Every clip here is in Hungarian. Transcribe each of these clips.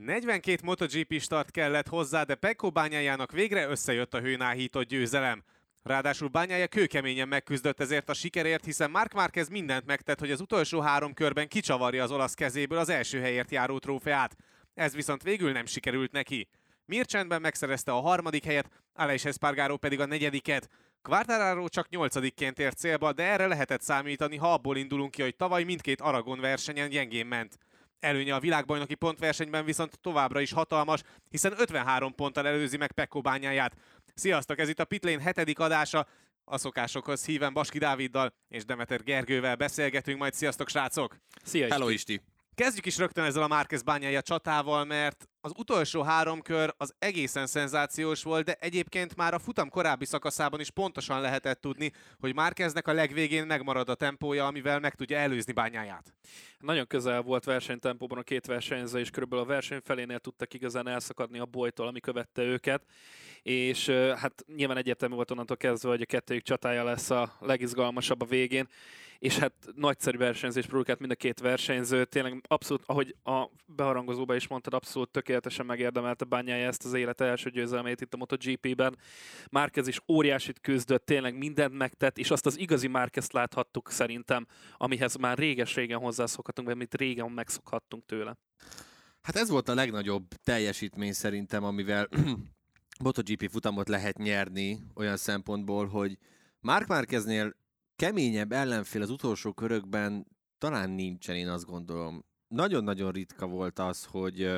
42 MotoGP start kellett hozzá, de Pecco Bagnajának végre összejött a hőn áhított győzelem. Ráadásul Bagnaia kőkeményen megküzdött ezért a sikerért, hiszen Marc Márquez mindent megtett, hogy az utolsó 3 körben kicsavarja az olasz kezéből az első helyért járó trófeát. Ez viszont végül nem sikerült neki. Mir csendben megszerezte a 3. helyet, Aleix Espargaró pedig a 4. Quartararo csak 8-ként ért célba, de erre lehetett számítani, ha abból indulunk ki, hogy tavaly mindkét Aragon versenyen gyengén ment. Előnye a világbajnoki pontversenyben viszont továbbra is hatalmas, hiszen 53 ponttal előzi meg Pecco Bagnaiját. Sziasztok, ez itt a Pitlane 7. adása. A szokásokhoz híven Baski Dáviddal és Demeter Gergővel beszélgetünk majd. Sziasztok, srácok! Szia, Hello, Isti! Kezdjük is rögtön ezzel a Márquez Bagnaia csatával, mert az utolsó 3 kör az egészen szenzációs volt, de egyébként már a futam korábbi szakaszában is pontosan lehetett tudni, hogy Márqueznek a legvégén megmarad a tempója, amivel meg tudja előzni Bagnaiját. Nagyon közel volt versenytempóban a két versenyző, és körülbelül a verseny felénél tudtak igazán elszakadni a bolytól, ami követte őket, és hát nyilván egyértelmű volt onnantól kezdve, hogy a kettőjük csatája lesz a legizgalmasabb a végén, és hát nagyszerű versenyzés produkált mind a két versenyző, tényleg abszolút, ahogy a beharangozóban is mondtad, abszolút tökéletesen megérdemelte Bagnaia ezt az élet első győzelmét itt a MotoGP-ben. Márquez is óriásit küzdött, tényleg mindent megtett, és azt az igazi Márquezt láthattuk szerintem, amihez már réges-régen hozzászokhatunk, vagy amit régen megszokhattunk tőle. Hát ez volt a legnagyobb teljesítmény szerintem, amivel MotoGP futamot lehet nyerni olyan szempontból, hogy Marc Márqueznél keményebb ellenfél az utolsó körökben talán nincsen, én azt gondolom. Nagyon-nagyon ritka volt az, hogy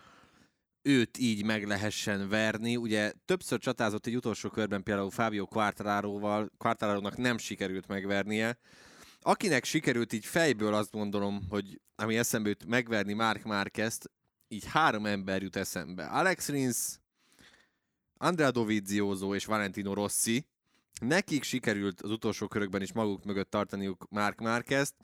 őt így meg lehessen verni. Ugye többször csatázott egy utolsó körben például Fabio Quartararóval, Quartararónak nem sikerült megvernie. Akinek sikerült így fejből, azt gondolom, hogy ami eszembe jut megverni Marc Márquezt, így 3 ember jut eszembe. Alex Rins, Andrea Dovizioso és Valentino Rossi. Nekik sikerült az utolsó körökben is maguk mögött tartaniuk Marc Márquezt,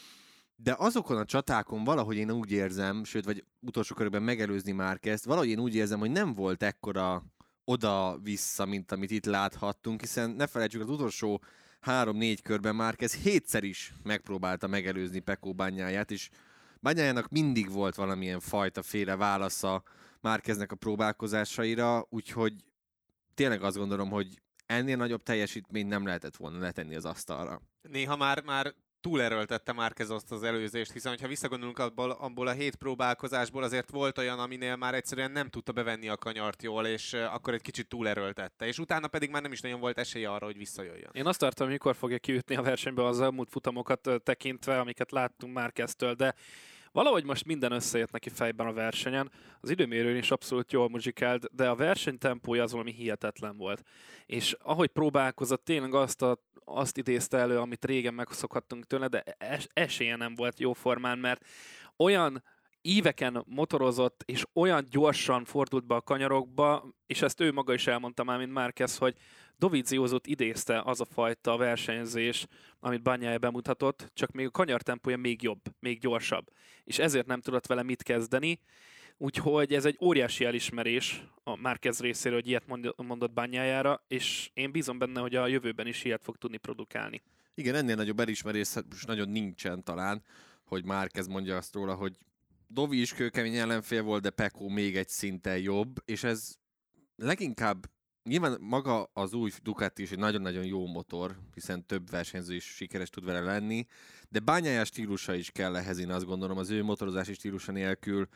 de azokon a csatákon valahogy én úgy érzem, sőt, vagy utolsó körökben megelőzni Márquezt, valahogy én úgy érzem, hogy nem volt ekkora oda-vissza, mint amit itt láthattunk, hiszen ne felejtsük, az utolsó 3-4 körben Márquez 7-szer is megpróbálta megelőzni Pecco Bagnaiját, és Bagnajának mindig volt valamilyen fajta féle válasza Márqueznek a próbálkozásaira, úgyhogy tényleg azt gondolom, hogy ennél nagyobb teljesítményt nem lehetett volna letenni az asztalra. Néha már túlerőltette Márquez azt az előzést, hiszen ha visszagondolunk abból a 7 próbálkozásból, azért volt olyan, aminél már egyszerűen nem tudta bevenni a kanyart jól, és akkor egy kicsit túlerőltette, és utána pedig már nem is nagyon volt esélye arra, hogy visszajöjjön. Én azt tartom, mikor fogja kiütni a versenybe az elmúlt futamokat tekintve, amiket láttunk Márqueztől, de valahogy most minden összejött neki fejben a versenyen. Az időmérőn is abszolút jól muzsikált, de a versenytempója az valami hihetetlen volt. És ahogy próbálkozott, tényleg azt idézte elő, amit régen megszokhattunk tőle, de esélye nem volt jó formán, mert olyan íveken motorozott, és olyan gyorsan fordult be a kanyarokba, és ezt ő maga is elmondta már, mint Márquez, hogy Doviziózót idézte az a fajta versenyzés, amit Bagnaia bemutatott, csak még a kanyartempója még jobb, még gyorsabb. És ezért nem tudott vele mit kezdeni, úgyhogy ez egy óriási elismerés a Márquez részéről, hogy ilyet mondott Bagnaiára, és én bízom benne, hogy a jövőben is ilyet fog tudni produkálni. Igen, ennél nagyobb elismerés most nagyon nincsen talán, hogy Márquez mondja azt róla, hogy Dovi is kőkemény ellenfél volt, de Pecco még egy szinten jobb, és ez leginkább nyilván maga az új Ducati is egy nagyon-nagyon jó motor, hiszen több versenyző is sikeres tud vele lenni, de Bagnaia stílusa is kell ehhez, én azt gondolom, az ő motorozási stílusa nélkül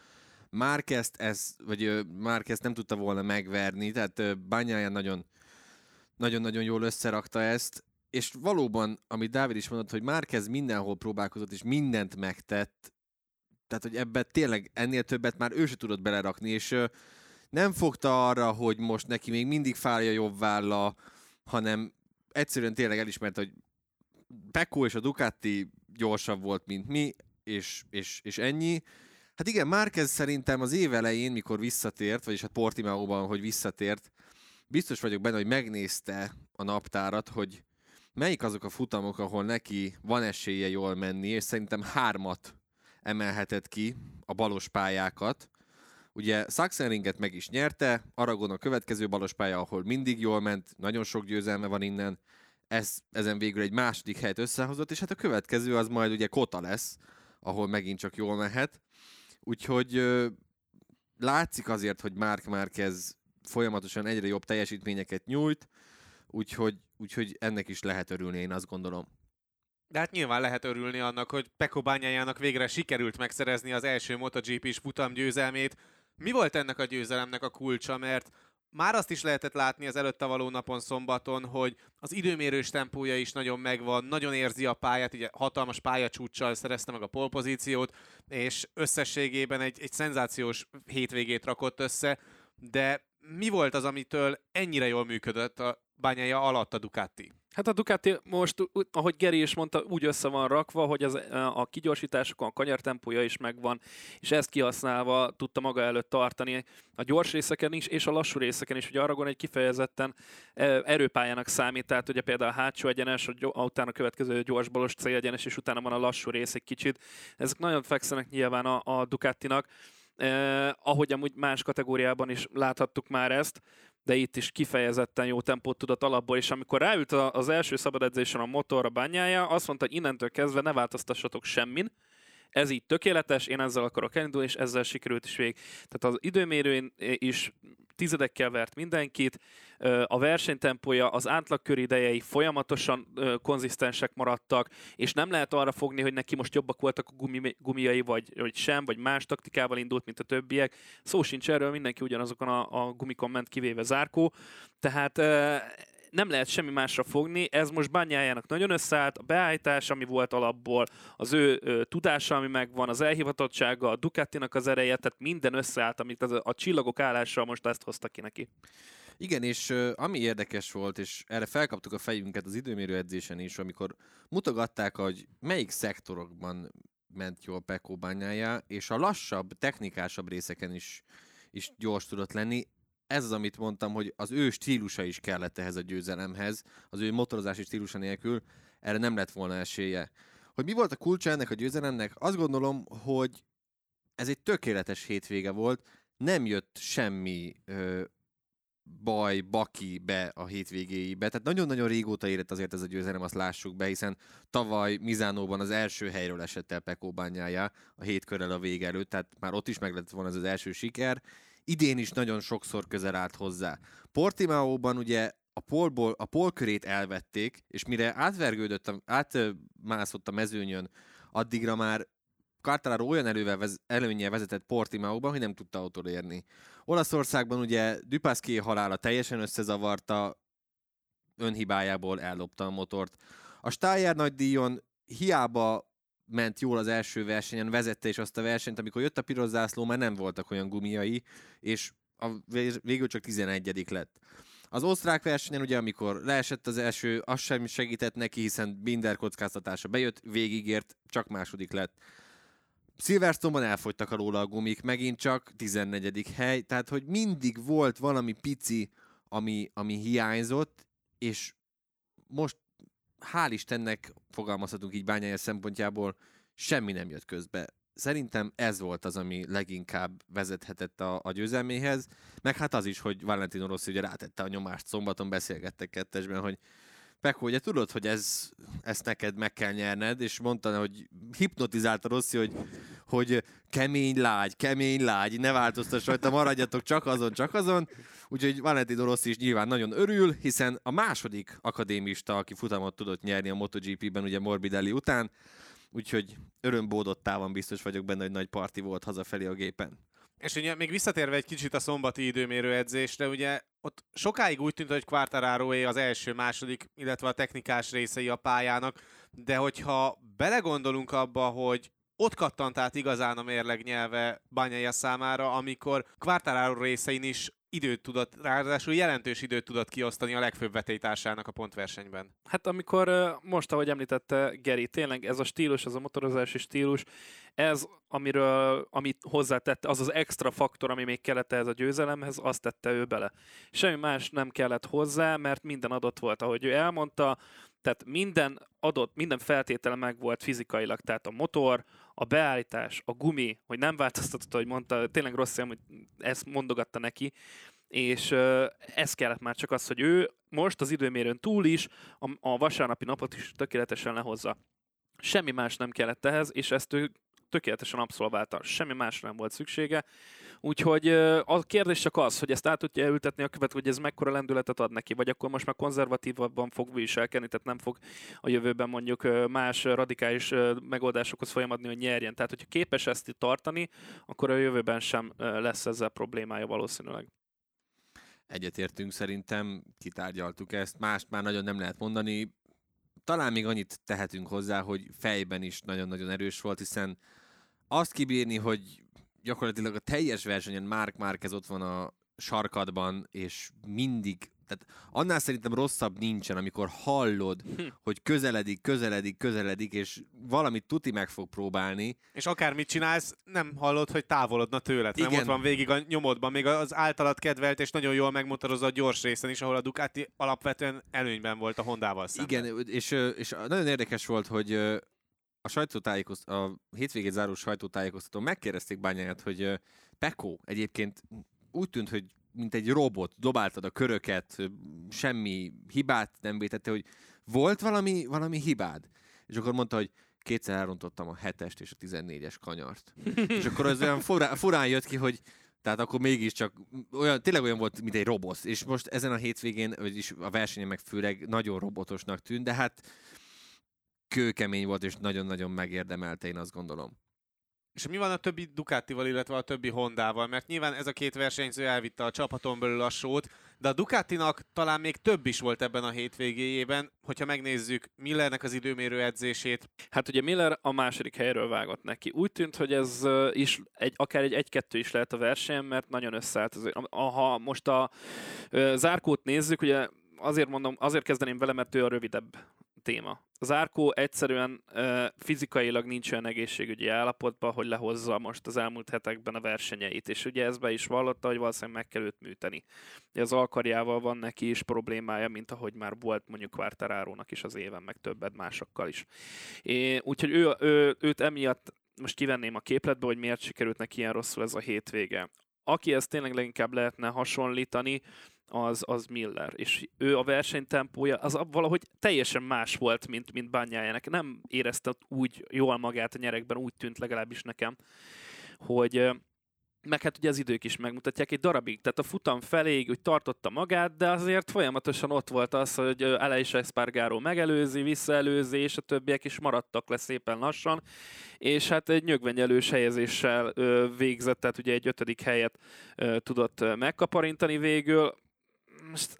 Márquezt nem tudta volna megverni, tehát Bagnaia nagyon-nagyon jól összerakta ezt, és valóban, amit Dávid is mondott, hogy Márquez mindenhol próbálkozott, és mindent megtett, tehát, hogy ebben tényleg ennél többet már ő se tudott belerakni, és nem fogta arra, hogy most neki még mindig fájja jobb válla, hanem egyszerűen tényleg elismerte, hogy Pecco és a Ducati gyorsabb volt, mint mi, és ennyi. Hát igen, Márquez szerintem az év elején, mikor visszatért, vagyis hát Portimaóban, hogy visszatért, biztos vagyok benne, hogy megnézte a naptárat, hogy melyik azok a futamok, ahol neki van esélye jól menni, és szerintem 3 emelhetett ki a balos pályákat. Ugye Sachsenringet meg is nyerte, Aragon a következő balos pálya, ahol mindig jól ment, nagyon sok győzelme van innen, ezen végül egy második helyet összehozott, és hát a következő az majd ugye Kota lesz, ahol megint csak jól mehet. Úgyhogy látszik azért, hogy Marc Márquez folyamatosan egyre jobb teljesítményeket nyújt, úgyhogy ennek is lehet örülni, én azt gondolom. De hát nyilván lehet örülni annak, hogy Pecco Bagnaia-nak végre sikerült megszerezni az első MotoGP-s futamgyőzelmét. Mi volt ennek a győzelemnek a kulcsa? Mert már azt is lehetett látni az előtte való napon szombaton, hogy az időmérős tempója is nagyon megvan, nagyon érzi a pályát, ugye hatalmas pályacsúccsal szerezte meg a pole-pozíciót, és összességében egy szenzációs hétvégét rakott össze, de mi volt az, amitől ennyire jól működött a Bagnaia alatt a Ducati? Hát a Ducati most, ahogy Geri is mondta, úgy össze van rakva, hogy a kigyorsításokon a kanyartempója is megvan, és ezt kihasználva tudta maga előtt tartani a gyors részeken is, és a lassú részeken is. Ugye Aragon egy kifejezetten erőpályának számít, tehát ugye például a hátsó egyenes, utána következő gyorsbalos célegyenes, és utána van a lassú rész egy kicsit. Ezek nagyon fekszenek nyilván a Ducatinak, ahogy amúgy más kategóriában is láthattuk már ezt, de itt is kifejezetten jó tempót tudott alapból, és amikor ráült az első szabad edzésen a motorra Bagnaia, azt mondta, hogy innentől kezdve ne változtassatok semmin, ez így tökéletes, én ezzel akarok elindulni, és ezzel sikerült is végig. Tehát az időmérőn is tizedekkel vert mindenkit, a versenytempója, az átlagköridejei folyamatosan konzisztensek maradtak, és nem lehet arra fogni, hogy neki most jobbak voltak a gumiai, vagy sem, vagy más taktikával indult, mint a többiek. Szó sincs erről, mindenki ugyanazokon a gumikon ment, kivéve Zarco. Tehát nem lehet semmi másra fogni, ez most Bagnaia-nak nagyon összeállt, a beállítás, ami volt alapból, az ő tudása, ami megvan, az elhivatottsága, a Ducatinak az ereje, tehát minden összeállt, amit a csillagok állással most ezt hozta ki neki. Igen, és ami érdekes volt, és erre felkaptuk a fejünket az időmérő edzésen is, amikor mutogatták, hogy melyik szektorokban ment jól Pecco Bagnaia, és a lassabb, technikásabb részeken is gyors tudott lenni. Ez az, amit mondtam, hogy az ő stílusa is kellett ehhez a győzelemhez, az ő motorozási stílusa nélkül erre nem lett volna esélye. Hogy mi volt a kulcsa ennek a győzelemnek? Azt gondolom, hogy ez egy tökéletes hétvége volt, nem jött semmi baj, baki be a hétvégéibe, tehát nagyon-nagyon régóta érett azért ez a győzelem, azt lássuk be, hiszen tavaly Misánóban az első helyről esett el Pecco Bagnaia a 7 körrel a vége előtt, tehát már ott is meg lett volna ez az első siker. Idén is nagyon sokszor közel állt hozzá. Portimaóban ugye a polkörét elvették, és mire átmászott a mezőnyön, addigra már Quartararo olyan előnnyel vezetett Portimaóban, hogy nem tudta utolérni. Olaszországban ugye Dupasquier halála teljesen összezavarta, önhibájából ellopta a motort. A Steyer nagydíjon hiába ment jól az első versenyen, vezette is azt a versenyt, amikor jött a piros zászló, már nem voltak olyan gumiai, és végül csak 11. lett. Az osztrák versenyen ugye, amikor leesett az első, az sem segített neki, hiszen Binder kockáztatása bejött, végigért, csak második lett. Silverstone-ban elfogytak alóla a gumik, megint csak 14. hely, tehát hogy mindig volt valami pici, ami hiányzott, és most hál' Istennek, fogalmazhatunk így Bagnaia szempontjából, semmi nem jött közbe. Szerintem ez volt az, ami leginkább vezethetett a győzelméhez, meg hát az is, hogy Valentino Rossi ugye rátette a nyomást, szombaton beszélgettek kettesben, hogy Pecco, ugye tudod, hogy ezt neked meg kell nyerned, és mondta, hogy hipnotizálta Rossi, hogy kemény lágy, ne változtass rajta, maradjatok csak azon. Úgyhogy Valentino Rossi is nyilván nagyon örül, hiszen a második akadémista, aki futamot tudott nyerni a MotoGP-ben, ugye Morbidelli után, úgyhogy örömbódottá van, biztos vagyok benne, hogy nagy parti volt hazafelé a gépen. És ugye még visszatérve egy kicsit a szombati időmérő edzésre, ugye ott sokáig úgy tűnt, hogy Quartararoé az első, második, illetve a technikás részei a pályának, de hogyha belegondolunk abba, hogy ott kattant át igazán a mérleg nyelve Bagnaia számára, amikor Quartararo részein is időt tudott, ráadásul jelentős időt tudott kiosztani a legfőbb vetélytársának a pontversenyben. Hát amikor most, ahogy említette Geri, tényleg ez a stílus, ez a motorozási stílus, ez, amit hozzátette, az az extra faktor, ami még kellett ez a győzelemhez, azt tette ő bele. Semmi más nem kellett hozzá, mert minden adott volt, ahogy ő elmondta, tehát minden feltétele meg volt fizikailag, tehát a motor, a beállítás, a gumi, hogy nem változtatott, hogy mondta, tényleg rossz, hogy ezt mondogatta neki, és ez kellett már csak az, hogy ő most az időmérőn túl is a vasárnapi napot is tökéletesen lehozza. Semmi más nem kellett ehhez, és ezt ő tökéletesen abszolválta, semmi másra nem volt szüksége. Úgyhogy a kérdés csak az, hogy ezt át tudja ültetni a követ, hogy ez mekkora lendületet ad neki, vagy akkor most már konzervatívabban fog viselkedni, tehát nem fog a jövőben mondjuk más radikális megoldásokhoz folyamadni, hogy nyerjen. Tehát, hogyha képes ezt tartani, akkor a jövőben sem lesz ezzel problémája valószínűleg. Egyetértünk, szerintem kitárgyaltuk ezt, mást már nagyon nem lehet mondani. Talán még annyit tehetünk hozzá, hogy fejben is nagyon-nagyon erős volt, hiszen azt kibírni, hogy gyakorlatilag a teljes versenyen Marc Márquez ott van a sarkadban, és mindig, tehát annál szerintem rosszabb nincsen, amikor hallod, hogy közeledik, és valamit tuti meg fog próbálni. És akármit csinálsz, nem hallod, hogy távolodna tőled, hanem ott van végig a nyomodban, még az általad kedvelt és nagyon jól megmotorozott gyors részen is, ahol a Ducati alapvetően előnyben volt a Hondával szemben. Igen, és nagyon érdekes volt, hogy a hétvégét záró sajtótájékoztató megkérdezték Bagnaia-t, hogy Pecco egyébként úgy tűnt, hogy mint egy robot, dobáltad a köröket, semmi hibát nem vétette, hogy volt valami hibád? És akkor mondta, hogy kétszer elrontottam a 7-est és a 14-es kanyart. És akkor az olyan furán jött ki, hogy tehát akkor mégiscsak tényleg olyan volt, mint egy robot. És most ezen a hétvégén, vagyis a versenyen meg főleg nagyon robotosnak tűnt, de hát kőkemény volt, és nagyon-nagyon megérdemelte, én azt gondolom. És mi van a többi Ducatival, illetve a többi Hondával? Mert nyilván ez a két versenyző elvitte a csapaton belül a sót, de a Ducatinak talán még több is volt ebben a hétvégéjében, hogyha megnézzük Millernek az időmérő edzését. Hát ugye Miller a második helyről vágott neki. Úgy tűnt, hogy ez is akár egy 1-2 is lehet a versenyen, mert nagyon összeállt. Ha most a Zarcót nézzük, ugye azért kezdeném vele, mert ő a rövidebb téma. Az Zarco egyszerűen fizikailag nincs olyan egészségügyi állapotban, hogy lehozza most az elmúlt hetekben a versenyeit, és ugye ez be is vallotta, hogy valószínűleg meg kell őt műteni. Ugye az alkarjával van neki is problémája, mint ahogy már volt mondjuk Quartararónak is az éven, meg többet másokkal is. Úgyhogy őt emiatt most kivenném a képletbe, hogy miért sikerült neki ilyen rosszul ez a hétvége. Aki ezt tényleg leginkább lehetne hasonlítani, az Miller, és ő a versenytempója az valahogy teljesen más volt, mint Bagnaia-nek. Nem érezte úgy jól magát a nyerekben, úgy tűnt legalábbis nekem, hogy meg hát ugye az idők is megmutatják egy darabig, tehát a futam feléig úgy tartotta magát, de azért folyamatosan ott volt az, hogy Aleix Espargaró megelőzi, visszaelőzi, és a többiek is maradtak le szépen lassan, és hát egy nyögvenyelős helyezéssel végzett, tehát ugye egy 5. helyet tudott megkaparintani végül. Most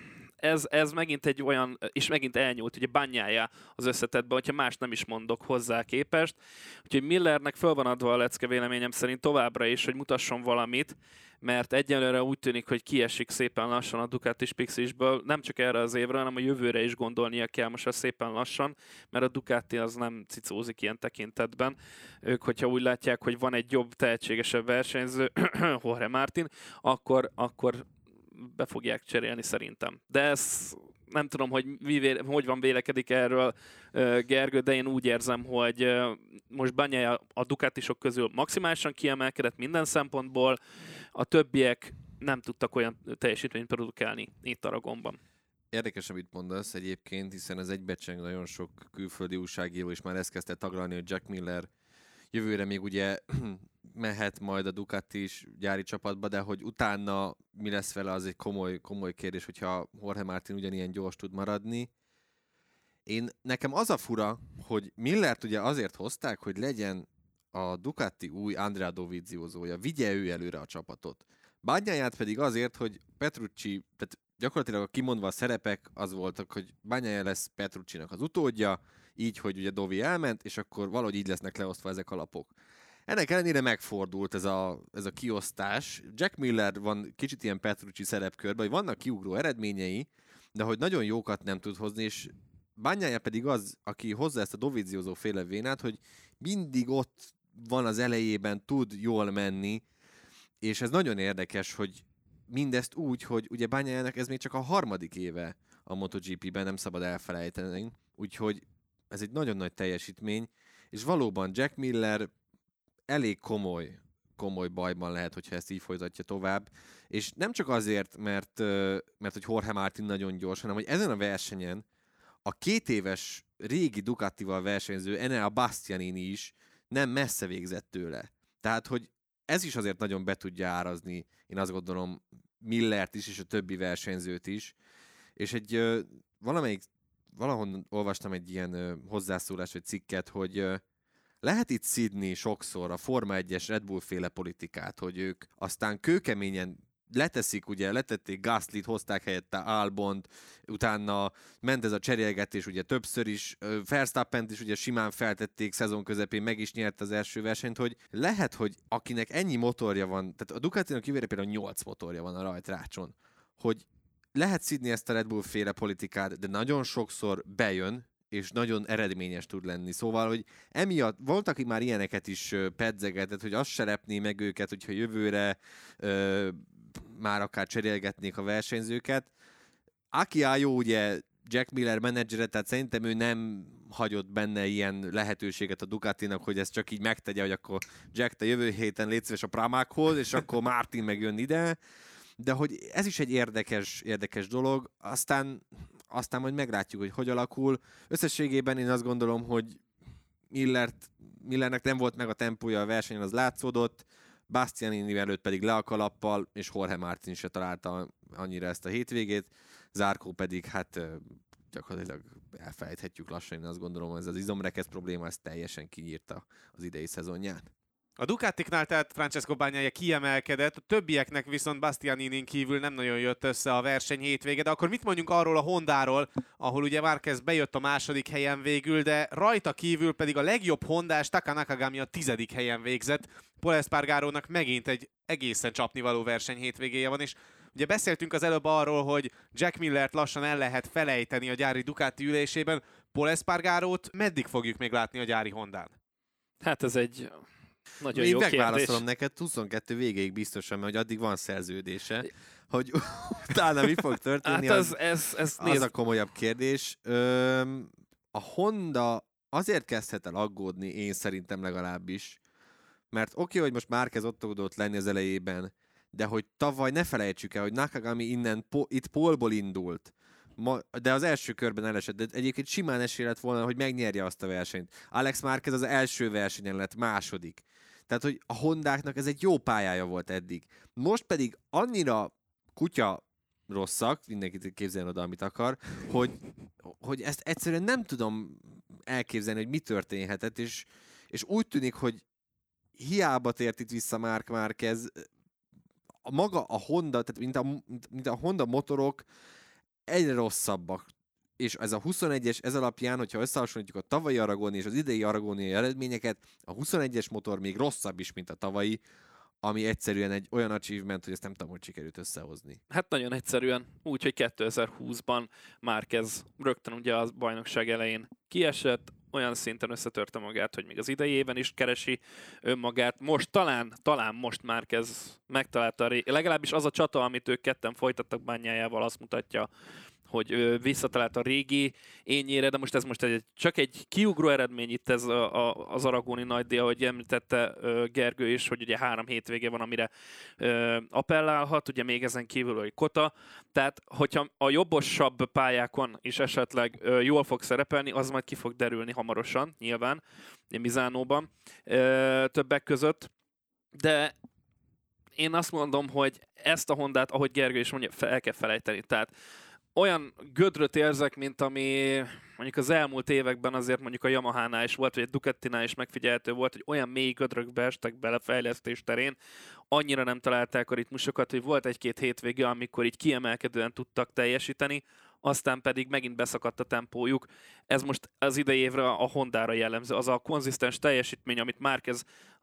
ez megint egy olyan, és megint elnyúlt, ugye Bagnaia az összetettben, hogyha más nem is mondok hozzá képest. Úgyhogy Millernek föl van adva a lecke véleményem szerint továbbra is, hogy mutasson valamit, mert egyelőre úgy tűnik, hogy kiesik szépen lassan a Ducati Pixisből, nem csak erre az évre, hanem a jövőre is gondolnia kell most szépen lassan, mert a Ducati az nem cicózik ilyen tekintetben. Ők, hogyha úgy látják, hogy van egy jobb, tehetségesebb versenyző, Jorge Martin, akkor be fogják cserélni szerintem. De ez nem tudom, hogy van vélekedik erről Gergő, de én úgy érzem, hogy most Bagnaia a Ducatisok közül maximálisan kiemelkedett minden szempontból, a többiek nem tudtak olyan teljesítményt produkálni itt Aragonban. Érdekes, amit mondasz egyébként, hiszen az egybecseng nagyon sok külföldi újságíró is már ezt kezdte taglalni, hogy Jack Miller jövőre még ugye mehet majd a Ducati is gyári csapatba, de hogy utána mi lesz vele, az egy komoly kérdés, hogyha Jorge Martin ugyanilyen gyors tud maradni. Nekem az a fura, hogy Millert ugye azért hozták, hogy legyen a Ducati új Andrea Dovizioso-ja, vigye ő előre a csapatot. Bagnaia-t pedig azért, hogy Petrucci, tehát gyakorlatilag a kimondva a szerepek az voltak, hogy Bagnaia lesz Petruccinak az utódja, így, hogy ugye Dovi elment, és akkor valahogy így lesznek leosztva ezek a lapok. Ennek ellenére megfordult ez a kiosztás. Jack Miller van kicsit ilyen Petrucci szerepkörben, hogy vannak kiugró eredményei, de hogy nagyon jókat nem tud hozni, és Bagnaia pedig az, aki hozza ezt a Dovizioso féle vénát, hogy mindig ott van az elejében, tud jól menni, és ez nagyon érdekes, hogy mindezt úgy, hogy ugye Bagnaiának ez még csak a 3. éve a MotoGP-ben, nem szabad elfelejteni, úgyhogy ez egy nagyon nagy teljesítmény, és valóban Jack Miller elég komoly bajban lehet, hogyha ezt így folytatja tovább, és nem csak azért, mert hogy Jorge Martin nagyon gyors, hanem hogy ezen a versenyen a 2 éves régi Ducatival versenyző Enea Bastianini is nem messze végzett tőle. Tehát, hogy ez is azért nagyon be tudja árazni, én azt gondolom, Millert is, és a többi versenyzőt is. És valahol olvastam egy ilyen hozzászólás, vagy cikket, hogy lehet itt szidni sokszor a Forma 1-es Red Bull-féle politikát, hogy ők aztán kőkeményen letették Gaslyt, hozták helyette Albont, utána ment ez a cserélgetés ugye többször is, Verstappent is ugye simán feltették szezon közepén, meg is nyert az első versenyt, hogy lehet, hogy akinek ennyi motorja van, tehát a Ducatinak kivéve például 8 motorja van a rajtrácson, hogy lehet szidni ezt a Red Bull-féle politikát, de nagyon sokszor bejön, és nagyon eredményes tud lenni. Szóval, hogy emiatt volt, aki már ilyeneket is pedzegetett, hogy azt se repné meg őket, hogyha jövőre már akár cserélgetnék a versenyzőket. Aki jó, ugye Jack Miller menedzsere, tehát szerintem ő nem hagyott benne ilyen lehetőséget a Ducatinak, hogy ezt csak így megtegye, hogy akkor Jack, te jövő héten légy szíves a Pramákhoz, és akkor Martin megjön ide. De hogy ez is egy érdekes dolog, aztán majd meglátjuk, hogy alakul. Összességében én azt gondolom, hogy Millernek nem volt meg a tempója a versenyen, az látszódott, Bastianini előtt pedig le a kalappal, és Jorge Martin se találta annyira ezt a hétvégét, Zarco pedig hát gyakorlatilag elfelejthetjük lassan, én azt gondolom, ez az izomrekesz probléma, ez teljesen kinyírta az idei szezonján. A Ducatiknál tehát Francesco Bagnaia kiemelkedett, a többieknek viszont Bastianinin kívül nem nagyon jött össze a verseny hétvége, de akkor mit mondjunk arról a Hondáról, ahol ugye Márquez bejött a második helyen végül, de rajta kívül pedig a legjobb hondás Taka Nakagami a 10. helyen végzett. Pol Espargarónak megint egy egészen csapnivaló verseny hétvégéje van, és ugye beszéltünk az előbb arról, hogy Jack Millert lassan el lehet felejteni a gyári Ducati ülésében. Pol Espargarót meddig fogjuk még látni a gyári Hondán? Hát ez egy nagyon én jó kérdés. megválaszolom neked 22 végéig biztosan, mert hogy addig van szerződése, hogy utána mi fog történni, hát az a komolyabb kérdés. A Honda azért kezdhet el aggódni, én szerintem legalábbis, mert oké, hogy most Márquez ott tudott lenni az elejében, de hogy tavaly ne felejtsük el, hogy Nakagami itt pólból indult, de az első körben elesett, de egyébként simán esély lett volna, hogy megnyerje azt a versenyt. Alex Márquez az első versenyen lett második. Tehát, hogy a Hondáknak ez egy jó pályája volt eddig. Most pedig annyira kutya rosszak, mindenkit képzeljen oda, amit akar, hogy ezt egyszerűen nem tudom elképzelni, hogy mi történhetett, és úgy tűnik, hogy hiába tért itt vissza Marc Márquez, maga a Honda, tehát mint a Honda motorok egyre rosszabbak. És ez a 21-es, ez alapján, hogyha összehasonlítjuk a tavalyi Aragoni és az idei aragóniai eredményeket, a 21-es motor még rosszabb is, mint a tavalyi, ami egyszerűen egy olyan achievement, hogy ezt nem tudom, hogy sikerült összehozni. Hát nagyon egyszerűen, úgyhogy 2020-ban Márquez rögtön ugye a bajnokság elején kiesett, olyan szinten összetörte magát, hogy még az idejében is keresi önmagát. Most talán most Márquez megtalálta legalábbis az a csata, amit ők ketten folytattak Bagnaia-val, azt mutatja, hogy visszatalált a régi ényére, de most ez csak egy kiugró eredmény itt ez az aragóni nagydíj, ahogy említette Gergő is, hogy ugye 3 hétvége van, amire appellálhat, ugye még ezen kívül, hogy Kota, tehát hogyha a jobbosabb pályákon is esetleg jól fog szerepelni, az majd ki fog derülni hamarosan, nyilván, Misánóban többek között, de én azt mondom, hogy ezt a Hondát, ahogy Gergő is mondja, el kell felejteni, tehát olyan gödröt érzek, mint ami mondjuk az elmúlt években azért mondjuk a Yamahánál is volt, vagy a Ducatinál is megfigyelhető volt, hogy olyan mély gödrökbe estek bele fejlesztés terén, annyira nem találták a ritmusokat, hogy volt egy-két hétvége, amikor így kiemelkedően tudtak teljesíteni, aztán pedig megint beszakadt a tempójuk. Ez most az idei évre a Hondára jellemző. Az a konzisztens teljesítmény, amit Márquez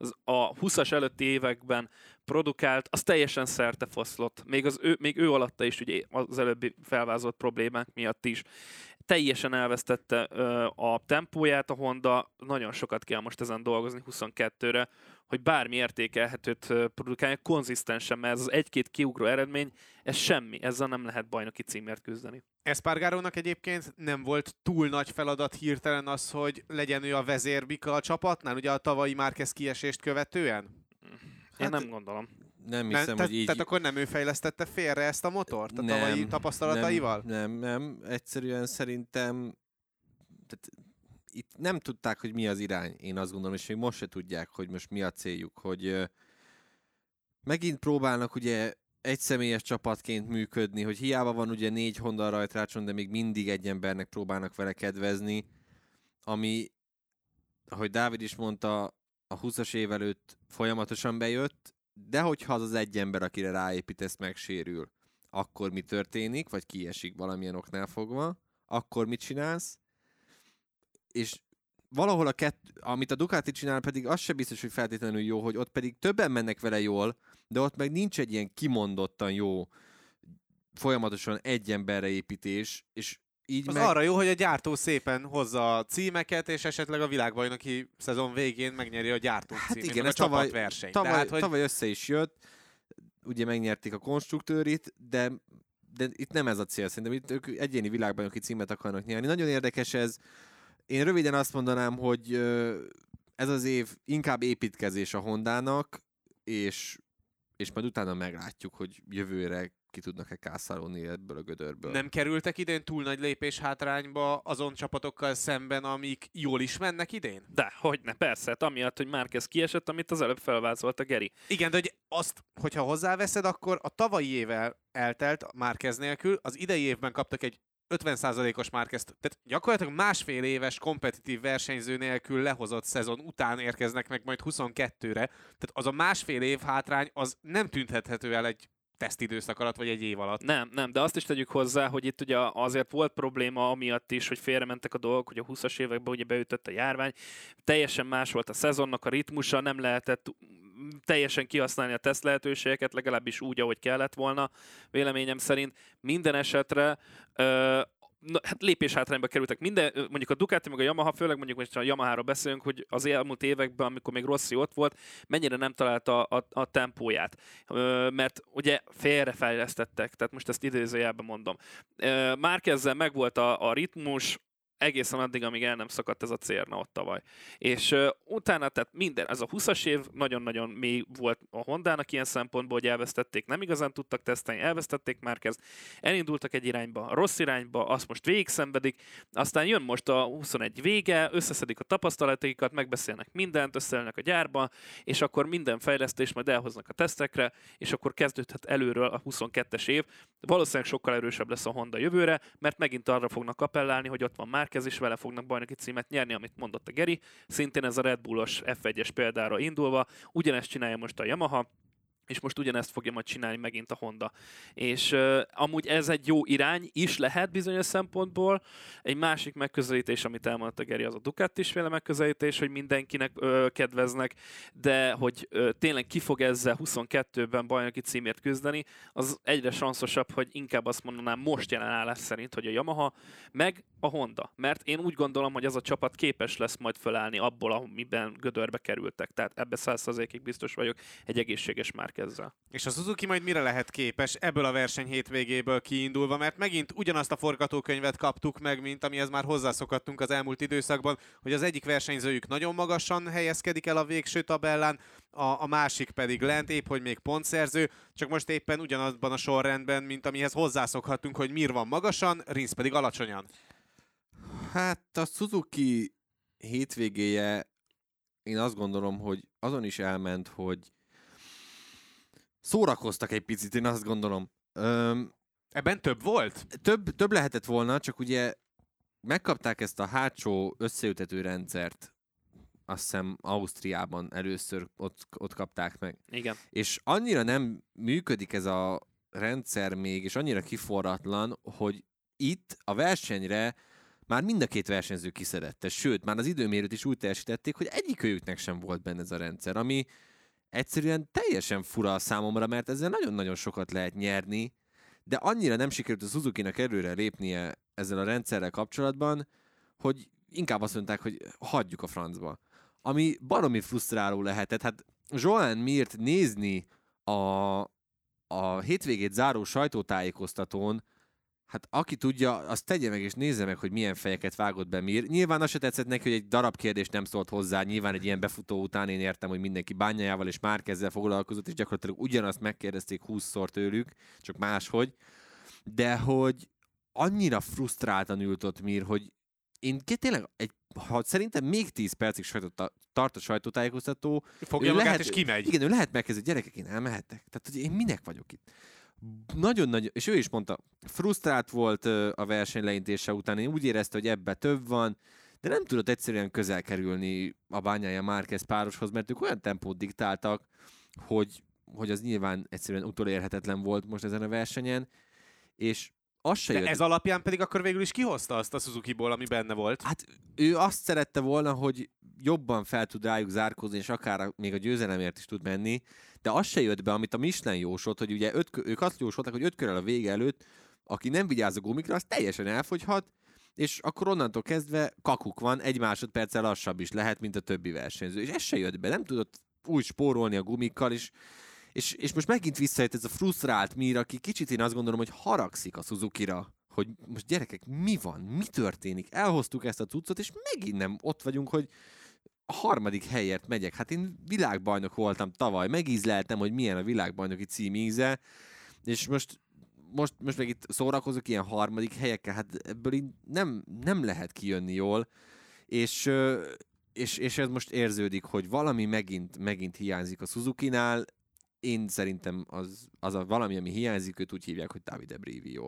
a 20-as előtti években produkált, az teljesen szertefoszlott. Még ő alatta is ugye az előbbi felvázolt problémák miatt is. Teljesen elvesztette a tempóját a Honda, nagyon sokat kell most ezen dolgozni 22-re, hogy bármi értékelhetőt produkálja konzisztensen, mert ez az egy-két kiugró eredmény, ez semmi, ezzel nem lehet bajnoki címért küzdeni. Espargarónak egyébként nem volt túl nagy feladat hirtelen az, hogy legyen ő a vezérbika a csapatnál, ugye a tavalyi Márquez kiesést követően? Én nem gondolom. Nem hiszem, hogy így... Tehát akkor nem ő fejlesztette félre ezt a motort a tavalyi tapasztalataival? Nem. Egyszerűen szerintem itt nem tudták, hogy mi az irány, én azt gondolom, és még most se tudják, hogy most mi a céljuk, hogy megint próbálnak ugye egyszemélyes csapatként működni, hogy hiába van ugye 4 Honda rajtrácson, de még mindig egy embernek próbálnak vele kedvezni, ami, ahogy Dávid is mondta, a 20-as év előtt folyamatosan bejött, de hogyha az az egy ember, akire ráépítesz, megsérül, akkor mi történik, vagy kiesik valamilyen oknál fogva, akkor mit csinálsz? És valahol amit a Ducati csinál, pedig az sem biztos, hogy feltétlenül jó, hogy ott pedig többen mennek vele jól, de ott meg nincs egy ilyen kimondottan jó, folyamatosan egy emberre építés, és így az arra jó, hogy a gyártó szépen hozza a címeket, és esetleg a világbajnoki szezon végén megnyeri a gyártó címét, igen, a csapatversenyt. Tavaly össze is jött, ugye megnyerték a konstruktőrit, de itt nem ez a cél, szerintem itt ők egyéni világbajnoki címet akarnak nyerni. Nagyon érdekes ez. Én röviden azt mondanám, hogy ez az év inkább építkezés a Hondának, és majd utána meglátjuk, hogy jövőre ki tudnak-e kászálódni ebből a gödörből. Nem kerültek idén túl nagy lépés hátrányba azon csapatokkal szemben, amik jól is mennek idén? De, hogyne, persze, hát amiatt, hogy Márquez kiesett, amit az előbb felvázolt a Geri. Igen, de hogy azt, hogyha hozzáveszed, akkor a tavalyi évvel eltelt Márquez nélkül, az idei évben kaptak egy 50%-os Márquezt, tehát gyakorlatilag másfél éves kompetitív versenyző nélkül lehozott szezon után érkeznek meg majd 22-re, tehát az a másfél év hátrány az nem tüntethető el egy tesztidőszak alatt, vagy egy év alatt. Nem, de azt is tegyük hozzá, hogy itt ugye azért volt probléma amiatt is, hogy félrementek a dolgok, hogy a 20-as években ugye beütött a járvány, teljesen más volt a szezonnak a ritmusa, nem lehetett teljesen kihasználni a teszt lehetőségeket, legalábbis úgy, ahogy kellett volna, véleményem szerint. Minden esetre hát lépés hátrányba kerültek. Mondjuk a Ducati, meg a Yamaha, főleg mondjuk most a Yamaháról beszélünk, hogy az elmúlt években, amikor még Rossi ott volt, mennyire nem találta a tempóját. Mert ugye félrefejlesztettek, tehát most ezt idézőjelben mondom. Márquezzel megvolt a ritmus, egészen addig, amíg el nem szakadt ez a cérna ott tavaly. És utána, tehát minden, ez a 20-as év nagyon-nagyon mély volt a Hondának ilyen szempontból, hogy elvesztették, nem igazán tudtak tesztelni, elvesztették Márquez, elindultak egy irányba, rossz irányba, azt most végig szenvedik, aztán jön most a 21 vége, összeszedik a tapasztalataikat, megbeszélnek mindent, összeelnek a gyárba, és akkor minden fejlesztés majd elhoznak a tesztekre, és akkor kezdődhet előről a 22-es év. Valószínűleg sokkal erősebb lesz a Honda jövőre, mert megint arra fognak kapellálni, hogy ott van Márquez, és vele fognak bajnoki címet nyerni, amit mondott a Geri. Szintén ez a Red Bullos F1-es példára indulva. Ugyanezt csinálja most a Yamaha, és most ugyanezt fogja majd csinálni megint a Honda. És amúgy ez egy jó irány is lehet bizonyos szempontból. Egy másik megközelítés, amit elmondta a Geri, az a Ducati féle megközelítés, hogy mindenkinek kedveznek, de hogy tényleg ki fog ezzel 22-ben bajnoki címért küzdeni, az egyre sanszosabb, hogy inkább azt mondanám most jelen állás szerint, hogy a Yamaha meg a Honda. Mert én úgy gondolom, hogy az a csapat képes lesz majd felállni abból, amiben gödörbe kerültek. Tehát ebbe 100%-ig biztos vagyok, egy egészséges Márquezzel. És a Suzuki majd mire lehet képes ebből a verseny hétvégéből kiindulva, mert megint ugyanazt a forgatókönyvet kaptuk meg, mint amihez már hozzászokhattunk az elmúlt időszakban, hogy az egyik versenyzőjük nagyon magasan helyezkedik el a végső tabellán, a másik pedig lent, épp hogy még pontszerző, csak most éppen ugyanazban a sorrendben, mint amihez hozzászokhattunk, hogy Mir van magasan, Rins pedig alacsonyan. Hát a Suzuki hétvégéje, én azt gondolom, hogy azon is elment, hogy szórakoztak egy picit, én azt gondolom. Ebben több volt? Több lehetett volna, csak ugye megkapták ezt a hátsó összeütető rendszert, azt hiszem Ausztriában először ott kapták meg. Igen. És annyira nem működik ez a rendszer még, és annyira kiforratlan, hogy itt a versenyre már mind a két versenyző kiszedette, sőt, már az időmérőt is úgy teljesítették, hogy egyikőjüknek sem volt benne ez a rendszer, ami egyszerűen teljesen fura a számomra, mert ezzel nagyon-nagyon sokat lehet nyerni, de annyira nem sikerült a Suzuki-nak előre lépnie ezzel a rendszerrel kapcsolatban, hogy inkább azt mondták, hogy hagyjuk a francba. Ami baromi frusztráló lehetett. Hát Joan Mirt nézni a hétvégét záró sajtótájékoztatón, hát aki tudja, azt tegye meg és nézze meg, hogy milyen fejeket vágott be Mir. Nyilván azt se tetszett neki, hogy egy darab kérdés nem szólt hozzá. Nyilván egy ilyen befutó után én értem, hogy mindenki Bagnajával és Márquezzel foglalkozott, és gyakorlatilag ugyanazt megkérdezték 20-szor tőlük, csak máshogy. De hogy annyira frusztráltan ült ott Mir, hogy én tényleg egy ha szerintem még 10 percig tart a sajtótájékoztató, fogja magát és kimegy. Igen, ő lehet megkezdeni, gyerekek, én elmehettek. Tehát, hogy én minek vagyok itt? Nagyon nagy, és ő is mondta, frusztrált volt a verseny leintése után, én úgy érezte, hogy ebbe több van, de nem tudott egyszerűen közel kerülni a Bagnaia Márquez pároshoz, mert ők olyan tempót diktáltak, hogy az nyilván egyszerűen utolérhetetlen volt most ezen a versenyen, és az se jött. Ez alapján pedig akkor végül is kihozta azt a Suzukiból, ami benne volt. Hát ő azt szerette volna, hogy jobban fel tud rájuk zárkózni, és akár még a győzelemért is tud menni, de az se jött be, amit a Michelin jósolt, hogy ugye ők azt jósolták, hogy 5 körrel a vége előtt, aki nem vigyáz a gumikra, az teljesen elfogyhat, és akkor onnantól kezdve kakuk van, 1 másodperccel lassabb is lehet, mint a többi versenyző. És ez se jött be, nem tudott úgy spórolni a gumikkal, és most megint visszajött ez a frusztrált Mir, aki kicsit én azt gondolom, hogy haragszik a Suzukira, hogy most gyerekek, mi van, mi történik? Elhoztuk ezt a cuccot, és megint nem ott vagyunk, hogy a 3. helyért megyek. Hát én világbajnok voltam tavaly, megízleltem, hogy milyen a világbajnoki cím íze, és most meg itt szórakozok ilyen 3. helyekkel, hát ebből így nem lehet kijönni jól, és ez most érződik, hogy valami megint hiányzik a Suzukinál. Én szerintem az a valami, ami hiányzik, őt úgy hívják, hogy Davide Brivio.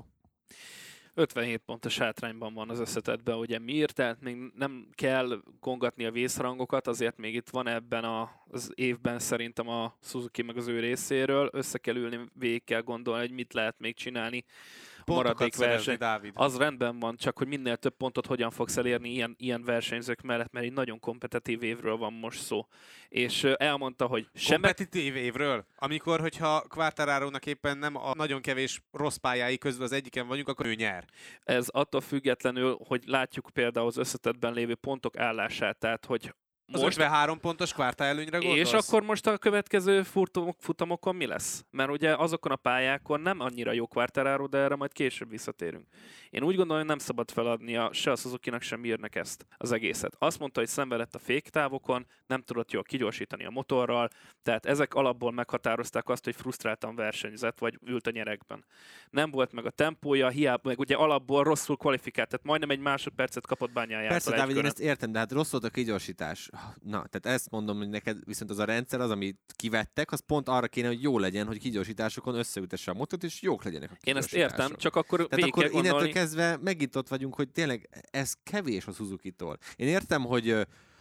57 pontos hátrányban van az összetettben, ugye Mir, tehát még nem kell kongatni a vészharangokat, azért még itt van ebben az évben szerintem a Suzuki meg az ő részéről, össze kell ülni, végig kell gondolni, hogy mit lehet még csinálni. Maradék verseny. Az rendben van, csak hogy minél több pontot hogyan fogsz elérni ilyen versenyzők mellett, mert egy nagyon kompetitív évről van most szó. És elmondta, hogy kompetitív évről? Amikor, hogyha Quartararo-nak éppen nem a nagyon kevés rossz pályái közül az egyiken vagyunk, akkor ő nyer. Ez attól függetlenül, hogy látjuk például az összetettben lévő pontok állását, tehát hogy az 53 pontos Quarta előnyre gondolsz? És akkor most a következő futamokon mi lesz? Mert ugye azokon a pályákon nem annyira jó Quartararo, de erre majd később visszatérünk. Én úgy gondolom, hogy nem szabad feladnia se a Suzukinak, sem Mirnek ezt az egészet. Azt mondta, hogy szenvedett a féktávokon, nem tudott jól kigyorsítani a motorral, tehát ezek alapból meghatározták azt, hogy frusztráltan versenyzett, vagy ült a nyerekben. Nem volt meg a tempója, hiába meg ugye alapból rosszul kvalifikált, tehát majdnem 1 másodpercet kapott Bagnaia. Persze, Dávid, én ezt értem, de hát rossz volt a kigyorsítás. Na, tehát ezt mondom, hogy neked viszont az a rendszer, az, amit kivettek, az pont arra kéne, hogy jó legyen, hogy kigyorsításokon összeütesse a motort, és jók legyenek a kigyorsítások. Én ezt értem, csak akkor tehát akkor innentől kezdve megint ott vagyunk, hogy tényleg ez kevés a Suzukitól. Én értem, hogy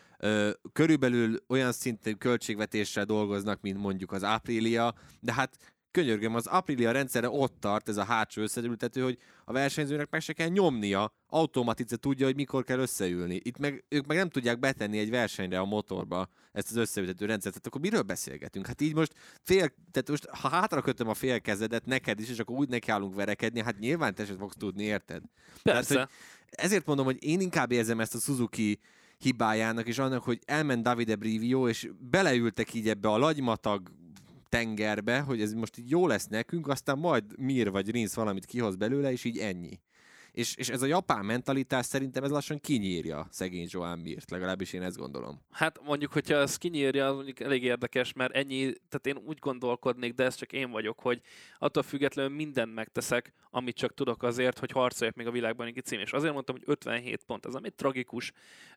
körülbelül olyan szintű költségvetéssel dolgoznak, mint mondjuk az Aprilia, de hát könyörgöm, az Aprilia rendszere ott tart, ez a hátsó összeültető, hogy a versenyzőnek meg se kell nyomnia, automatice tudja, hogy mikor kell összeülni. Itt ők meg nem tudják betenni egy versenyre a motorba ezt az összeültető rendszert. Tehát akkor miről beszélgetünk? Hát így most tehát most ha hátra kötöm a félkezedet neked is, és akkor úgy nekiállunk verekedni, hát nyilván te sem fogsz tudni, érted? Persze. Tehát, ezért mondom, hogy én inkább érzem ezt a Suzuki hibájának, és annak, hogy elment Davide Brivio, és beleültek így ebbe a lagymatag tengerbe, hogy ez most így jó lesz nekünk, aztán majd Mir vagy Rins valamit kihoz belőle, és így ennyi. És ez a japán mentalitás szerintem ez lassan kinyírja szegény Joan Mirt, legalábbis én ezt gondolom. Hát mondjuk, hogyha ez kinyírja, az mondjuk elég érdekes, mert ennyi, tehát én úgy gondolkodnék, de ez csak én vagyok, hogy attól függetlenül mindent megteszek, amit csak tudok azért, hogy harcoljak még a világbajnoki cím. És azért mondtam, hogy 57 pont, ez ami tragikus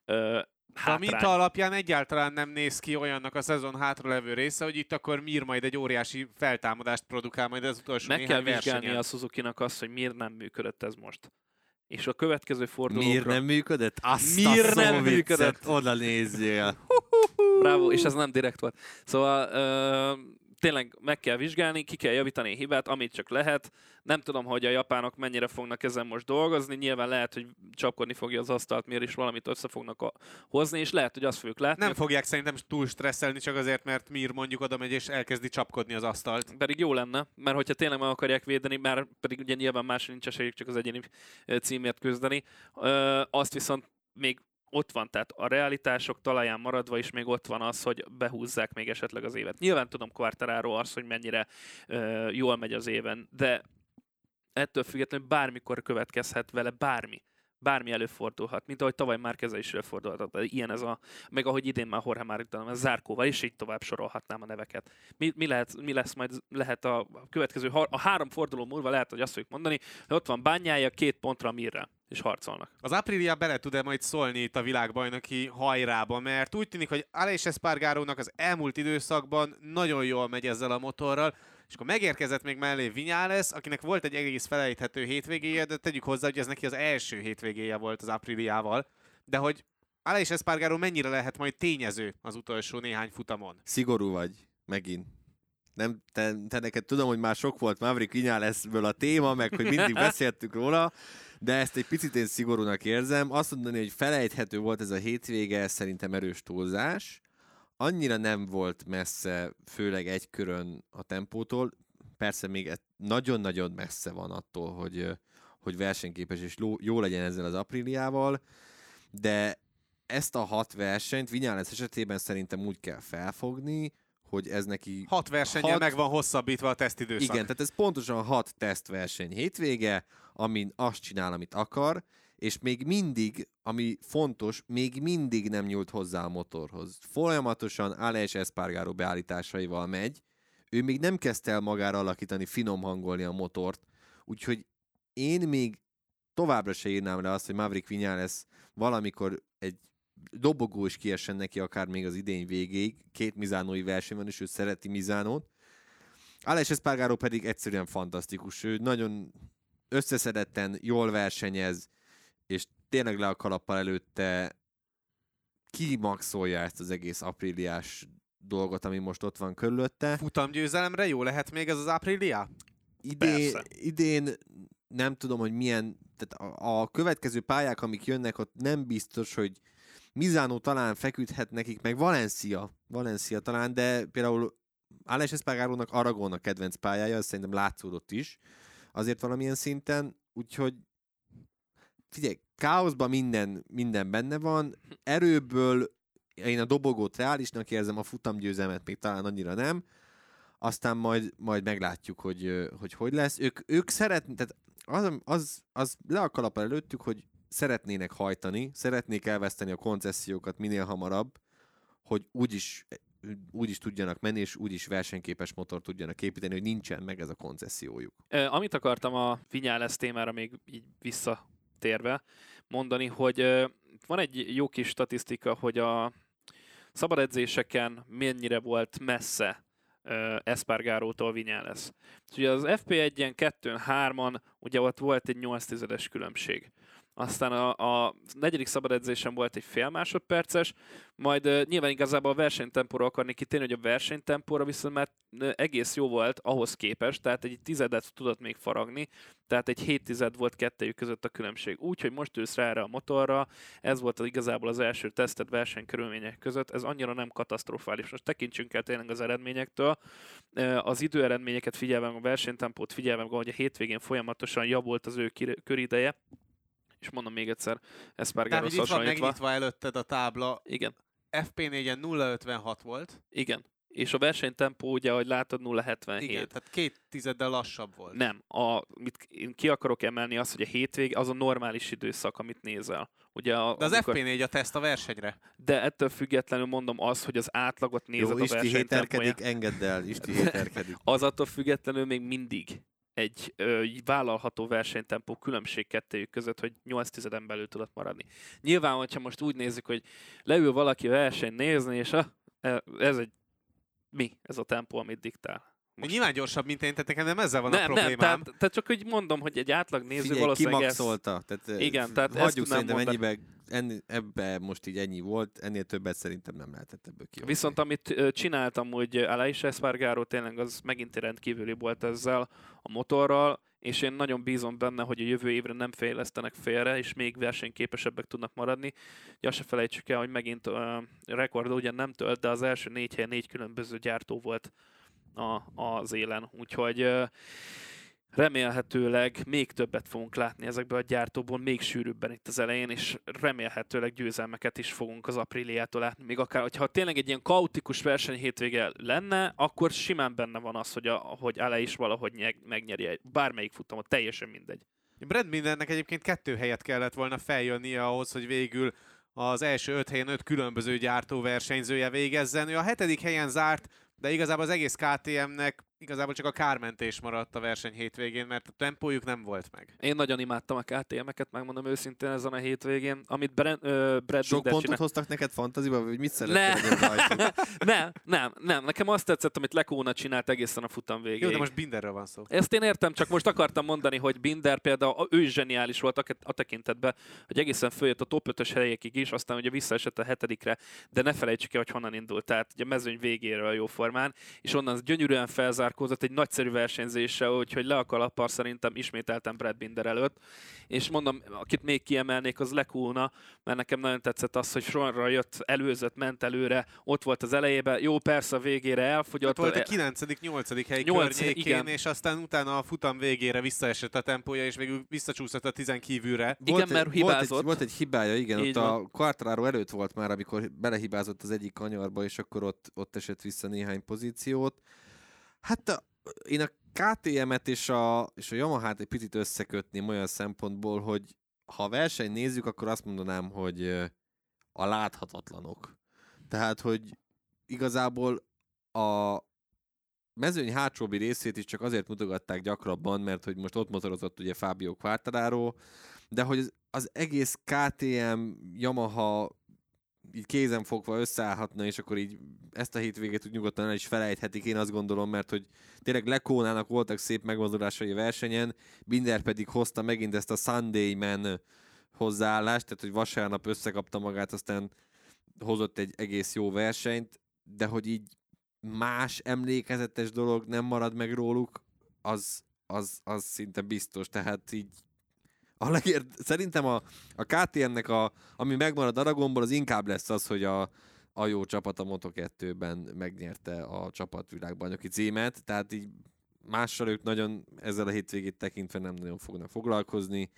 a minta alapján egyáltalán nem néz ki olyannak a szezon hátralevő része, hogy itt akkor Mir majd egy óriási feltámadást produkál majd az utolsó néhány versenyen. Meg kell vizsgálni versenyen. a Suzukinak azt, hogy miért nem működött ez most. És a következő fordulókra... Miért nem működött? Miért nem működött? Oda nézzél! Bravo, és ez nem direkt volt. Szóval tényleg meg kell vizsgálni, ki kell javítani a hibát, amit csak lehet. Nem tudom, hogy a japánok mennyire fognak ezen most dolgozni. Nyilván lehet, hogy csapkodni fogja az asztalt, miért is valamit össze fognak hozni, és lehet, hogy azt fogjuk látni. Nem fogják szerintem túl stresszelni csak azért, mert Mir mondjuk oda megy és elkezdi csapkodni az asztalt. Pedig jó lenne, mert hogyha tényleg meg akarják védeni, már pedig ugye nyilván másra nincs esélyük csak az egyéni címért küzdeni. Azt viszont még ott van, tehát a realitások talaján maradva is még ott van az, hogy behúzzák még esetleg az évet. Nyilván tudom Quartararo az, hogy mennyire jól megy az éven, de ettől függetlenül bármikor következhet vele bármi előfordulhat, mint ahogy tavaly már keze is előfordulhat. Ilyen ez meg ahogy idén már Jorge Martin, ez Zárkóval, és így tovább sorolhatnám a neveket. Mi lesz majd, lehet a következő, a 3 forduló múlva lehet, hogy azt fogjuk mondani, hogy ott van Bagnaia 2 pontra Mirre. és harcolnak. Az Aprilia bele tud-e majd szólni itt a világbajnoki hajrába, mert úgy tűnik, hogy Aleix Espargarónak az elmúlt időszakban nagyon jól megy ezzel a motorral, és akkor megérkezett még mellé Viñales, akinek volt egy egész felejthető hétvégéje, de tegyük hozzá, hogy ez neki az első hétvégéje volt az Apriliával, de hogy Aleix Espargaró mennyire lehet majd tényező az utolsó néhány futamon? Szigorú vagy, megint. Nem, te neked tudom, hogy már sok volt Maverick Viñalesből a téma, meg hogy mindig beszéltük róla, de ezt egy picit én szigorúnak érzem. Azt mondani, hogy felejthető volt ez a hétvége, szerintem erős túlzás. Annyira nem volt messze, főleg egy körön a tempótól. Persze még nagyon-nagyon messze van attól, hogy versenyképes és jó legyen ezzel az Apriliával, de ezt a 6 versenyt Viñales esetében szerintem úgy kell felfogni, hogy ez neki... 6 versennyel meg van hosszabbítva a tesztidőszak. Igen, tehát ez pontosan 6 tesztverseny hétvége, amin azt csinál, amit akar, és még mindig, ami fontos, még mindig nem nyúlt hozzá a motorhoz. Folyamatosan Aleix Espargaró beállításaival megy, ő még nem kezdte el magára alakítani, finom hangolni a motort, úgyhogy én még továbbra se írnám le azt, hogy Maverick Viñales valamikor egy dobogó is kiessen neki akár még az idény végéig. 2 Misánói verseny van, és ő szereti Misánót. Aleix Espargaró pedig egyszerűen fantasztikus. Ő nagyon összeszedetten jól versenyez, és tényleg le a kalappal előtte kimaxolja ezt az egész apríliás dolgot, ami most ott van körülötte. Futamgyőzelemre jó lehet még ez az Aprilia? Idén nem tudom, hogy milyen, tehát a következő pályák, amik jönnek, ott nem biztos, hogy Misano talán feküdhet nekik, meg Valencia talán, de például Aleix Espargarónak Aragon a kedvenc pályája, ez szerintem látszódott is, azért valamilyen szinten, úgyhogy figyelj, káoszban minden benne van, erőből én a dobogót reálisnak érzem, a futamgyőzelmet még talán annyira nem, aztán majd meglátjuk, hogy lesz. Ők szeretnék, tehát az le a kalappal előttük, hogy szeretnének hajtani, szeretnék elveszteni a koncesziókat minél hamarabb, hogy úgyis tudjanak menni, és úgyis versenyképes motor tudjanak építeni, hogy nincsen meg ez a koncessziójuk. Amit akartam a Viñales témára még így visszatérve mondani, hogy van egy jó kis statisztika, hogy a szabad edzéseken mennyire volt messze Espargarótól Viñales. Ugye az FP1-en, 2-n, 3-an ugye ott volt egy 8/10-es különbség. Aztán a negyedik szabad edzésen volt egy fél másodperces, majd nyilván igazából a versenytempóra akarni kitérni, hogy a versenytempóra viszont már egész jó volt ahhoz képest, tehát egy 10-et tudott még faragni, tehát egy 7/10 volt kettejük között a különbség. Úgyhogy most ülsz rá erre a motorra, ez volt igazából az első tesztet versenykörülmények között, ez annyira nem katasztrofális. Most tekintsünk el tényleg az eredményektől, az időeredményeket figyelve, a versenytempót figyelve, hogy a hétvégén folyamatosan javult az ő körideje, és mondom még egyszer, Espargaróhoz hasonlítva. Itt van megnyitva előtted a tábla. Igen. FP4-en 0,56 volt. Igen. És a versenytempó, ugye, ahogy látod, 0,77. Igen, tehát 2/10 lassabb volt. Nem. Amit én ki akarok emelni az, hogy a hétvég az a normális időszak, amit nézel. Ugye de az FP4 a teszt a versenyre. De ettől függetlenül mondom azt, hogy az átlagot nézed a versenytempóján. Isti héterkedik, engedd el, Isti héterkedik. Az attól függetlenül még mindig egy vállalható versenytempó különbség kettőjük között, hogy 8/10 belül tudott maradni. Nyilván, hogyha most úgy nézzük, hogy leül valaki versenyt nézni, és ez ez a tempó, amit diktál. Most... Nyilván gyorsabb, mint én, tehát nekem nem ezzel van a problémám. Nem, tehát csak úgy mondom, hogy egy átlag néző figyelj, valószínűleg kimaxolta. Igen, tehát hagyjuk szerintem ebbe most így ennyi volt, ennél többet szerintem nem lehetett ebből kihozni. Viszont amit csináltam, hogy Aleix Espargaró tényleg az megint rendkívüli volt ezzel a motorral, és én nagyon bízom benne, hogy a jövő évre nem fejlesztenek félre, és még versenyképesebbek tudnak maradni. Ugye azt se felejtsük el, hogy megint rekord ugyan nem tölt, de az első 4 helyen 4 különböző gyártó volt az élen. Úgyhogy remélhetőleg még többet fogunk látni ezekből a gyártóból, még sűrűbben itt az elején, és remélhetőleg győzelmeket is fogunk az Apriliától látni. Még akár, hogyha tényleg egy ilyen kaotikus verseny hétvége lenne, akkor simán benne van az, hogy Aleix valahogy megnyeri bármelyik futamot, teljesen mindegy. Brad Millernek egyébként 2 helyet kellett volna feljönnie ahhoz, hogy végül az első 5 helyen 5 különböző gyártó versenyzője végezzen. Ő a 7. helyen zárt, de igazából az egész KTM-nek igazából csak a kármentés maradt a verseny hétvégén, mert a tempójuk nem volt meg. Én nagyon imádtam a KTM-eket, megmondom őszintén ezen a hétvégén. Amit Brad Sok Binder pontot hoztak neked fantaziba, vagy mit szerettél Nem. Nekem azt tetszett, amit Lecuna csinált egészen a futam végéig. Jó, de most Binderről van szó. Ezt én értem, csak most akartam mondani, hogy Binder például, ő is zseniális volt a tekintetben, hogy egészen följött a top 5-ös helyekig is, aztán ugye visszaesett a 7-re, de ne felejtsük el, hogy honnan indult. Tehát ugye a mezőny végéről jó formán, és onnan gyönyörűen felzárkózott egy nagyszerű versenyzéssel, úgyhogy le a kalappal szerintem ismételtem Brad Binder előtt. És mondom, akit még kiemelnék, az Lecuna, mert nekem nagyon tetszett az, hogy sorra jött, előzött, ment előre, ott volt az elejében, jó, persze a végére elfogyott. Ott volt a 9.-8. hely környékén, igen. És aztán utána a futam végére visszaesett a tempója, és végül visszacsúszott a 10 kívülre. Igen, mert hibázott. Volt egy hibája, igen, Így ott van. a Quartararo előtt volt már, amikor belehibázott az egyik kanyarba, és akkor ott esett vissza néhány pozíciót. Hát én a KTM-et és a Yamaha-t egy picit összekötném olyan szempontból, hogy ha a versenyt nézzük, akkor azt mondanám, hogy a láthatatlanok. Tehát, hogy igazából a mezőny hátsóbbi részét is csak azért mutogatták gyakrabban, mert hogy most ott motorozott ugye Fabio Quartararo, de hogy az egész KTM, Yamaha így kézenfogva összeállhatna, és akkor így ezt a hétvégét úgy nyugodtan el is felejthetik, én azt gondolom, mert hogy tényleg Lecónának voltak szép megmozdulásai a versenyen, Binder pedig hozta megint ezt a Sunday Man hozzáállást, tehát hogy vasárnap összekapta magát, aztán hozott egy egész jó versenyt, de hogy így más emlékezetes dolog nem marad meg róluk, az szinte biztos, tehát így szerintem a KTM-nek, ami megmarad Aragonból, az inkább lesz az, hogy a jó csapat a Moto2-ben megnyerte a csapatvilágbajnoki címet, tehát így mással ők nagyon ezzel a hétvégét tekintve nem nagyon fognak foglalkozni.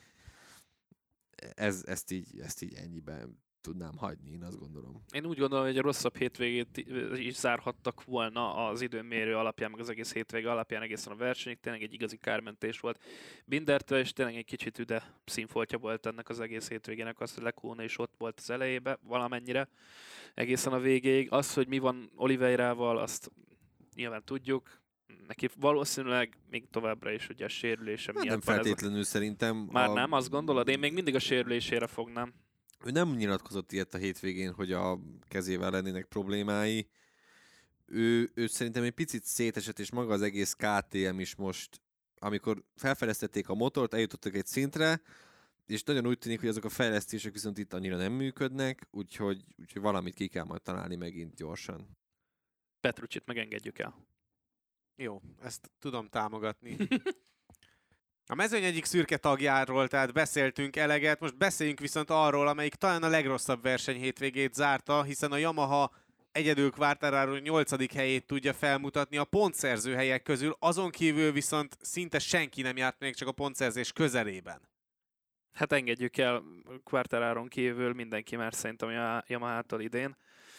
Ezt így ennyiben tudnám hagyni, én azt gondolom. Én úgy gondolom, hogy egy rosszabb hétvégét is zárhattak volna az időmérő alapján, meg az egész hétvége alapján egészen a versenyig. Tényleg egy igazi kármentés volt Bindertől, és tényleg egy kicsit üde színfoltja volt ennek az egész hétvégének, az, hogy Lecuna is ott volt az elejébe valamennyire egészen a végéig. Az, hogy mi van Oliveirával, azt nyilván tudjuk. Neki valószínűleg még továbbra is ugye a sérülése miatt nem feltétlenül szerintem. Már nem, azt gondolod? Én még mindig a sérülésére fognám. Ő nem nyilatkozott ilyet a hétvégén, hogy a kezével lennének problémái. Ő szerintem egy picit szétesett, és maga az egész KTM is most, amikor felfejlesztették a motort, eljutottak egy szintre, és nagyon úgy tűnik, hogy azok a fejlesztések viszont itt annyira nem működnek, úgyhogy valamit ki kell majd találni megint gyorsan. Petrucsit megengedjük el. Jó, ezt tudom támogatni. A mezőny egyik szürke tagjáról, tehát beszéltünk eleget, most beszéljünk viszont arról, amelyik talán a legrosszabb verseny hétvégét zárta, hiszen a Yamaha egyedül Quartararo 8. helyét tudja felmutatni a pontszerző helyek közül, azon kívül viszont szinte senki nem járt még csak a pontszerzés közelében. Hát engedjük el Quartararon kívül mindenki már szerintem a Yamaha-tól idén.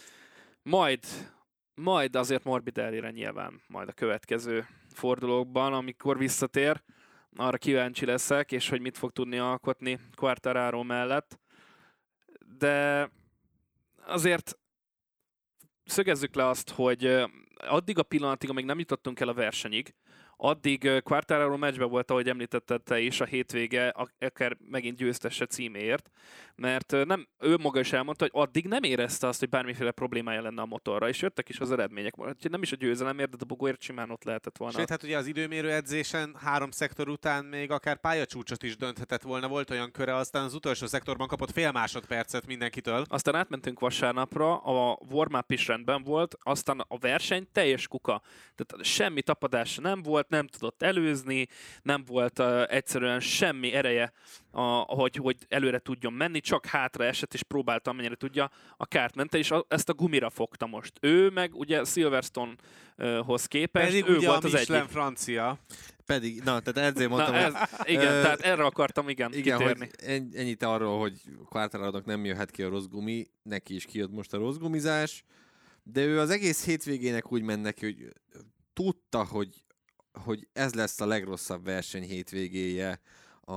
Majd azért Morbidelli-re nyilván majd a következő fordulókban, amikor visszatér. Arra kíváncsi leszek, és hogy mit fog tudni alkotni Quartararo mellett. De azért szögezzük le azt, hogy addig a pillanatig, amíg nem jutottunk el a versenyig, addig Quartararo meccsben volt, ahogy említetted te is, a hétvége akár megint győztesse címéért, mert nem, ő maga is elmondta, hogy addig nem érezte azt, hogy bármiféle problémája lenne a motorra, és jöttek is az eredmények. Nem is a győzelemért, de a dobogóért simán ott lehetett volna. Sőt, hát ugye az időmérő edzésen 3 szektor után még akár pályacsúcsot is dönthetett volna, volt olyan köre, aztán az utolsó szektorban kapott fél másodpercet mindenkitől. Aztán átmentünk vasárnapra, a warm-up is rendben volt, aztán a verseny teljes kuka. Tehát semmi tapadás nem volt, nem tudott előzni, nem volt egyszerűen semmi ereje, hogy előre tudjon menni, csak hátra esett és próbálta, amennyire tudja a kárt mente, és ezt a gumira fogta most. Ő meg ugye Silverstone-hoz képest, pedig ő ugye volt a az Michelin egyik. francia. Pedig, tehát ezért mondtam, igen, tehát erre akartam kitérni. Hogy ennyit arról, hogy Quartararónak nem jöhet ki a rossz gumi, neki is kijött most a rossz gumizás, de ő az egész hétvégének úgy ment neki, hogy tudta, hogy ez lesz a legrosszabb verseny hétvégéje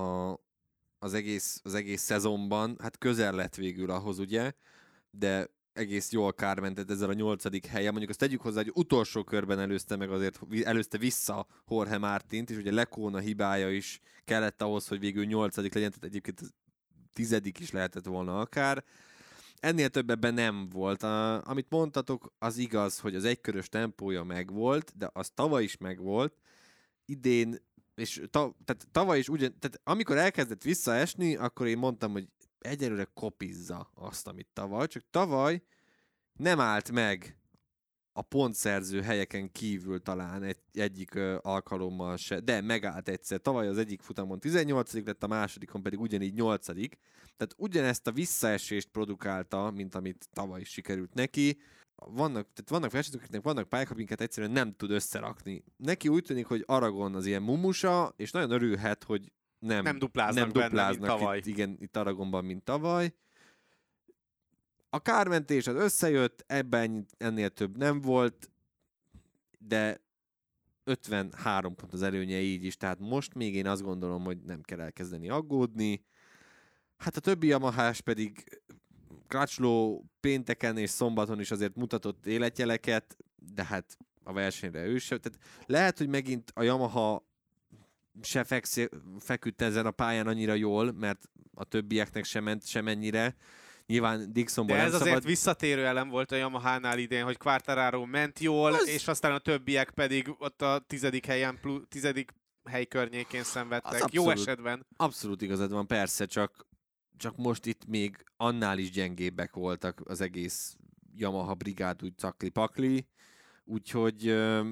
az egész szezonban. Hát közel lett végül ahhoz, ugye, de egész jól kármentett ezzel a 8. helyen. Mondjuk azt tegyük hozzá, hogy utolsó körben előzte vissza Jorge Martint, és ugye Lecona hibája is kellett ahhoz, hogy végül 8. legyen, tehát egyébként 10. is lehetett volna akár. Ennél több ebben nem volt. Amit mondtatok, az igaz, hogy az egykörös tempója megvolt, de az tavaly is megvolt. Idén, és tehát tavaly is tehát amikor elkezdett visszaesni, akkor én mondtam, hogy egyelőre kopizza azt, amit tavaly, csak tavaly nem állt meg a pontszerző helyeken kívül talán egyik alkalommal se, de megállt egyszer. Tavaly az egyik futamon 18. lett, a másodikon pedig ugyanígy 8. Tehát ugyanezt a visszaesést produkálta, mint amit tavaly is sikerült neki. Vannak versenyzőknek vannak pályák, amiket egyszerűen nem tud összerakni. Neki úgy tűnik, hogy Aragon az ilyen mumusa, és nagyon örülhet, hogy nem dupláznak benne, mint tavaly. Itt Aragonban, mint tavaly. A kármentés az összejött, ennél több nem volt, de 53 pont az előnye így is, tehát most még én azt gondolom, hogy nem kell elkezdeni aggódni. Hát a többi Yamahás pedig Crutchlow pénteken és szombaton is azért mutatott életjeleket, de hát a versenyre ő sem. Tehát lehet, hogy megint a Yamaha se feküdt ezen a pályán annyira jól, mert a többieknek sem ment semennyire. Nyilván Dixonból de nem ez azért szabad. Visszatérő elem volt a Yamahánál idén, hogy Quartararo ment jól, és aztán a többiek pedig ott a 10. helyen, 10. hely környékén szenvedtek. Jó esetben. Abszolút igazad van, persze, csak most itt még annál is gyengébbek voltak az egész Yamaha brigád, úgy cakli-pakli. Úgyhogy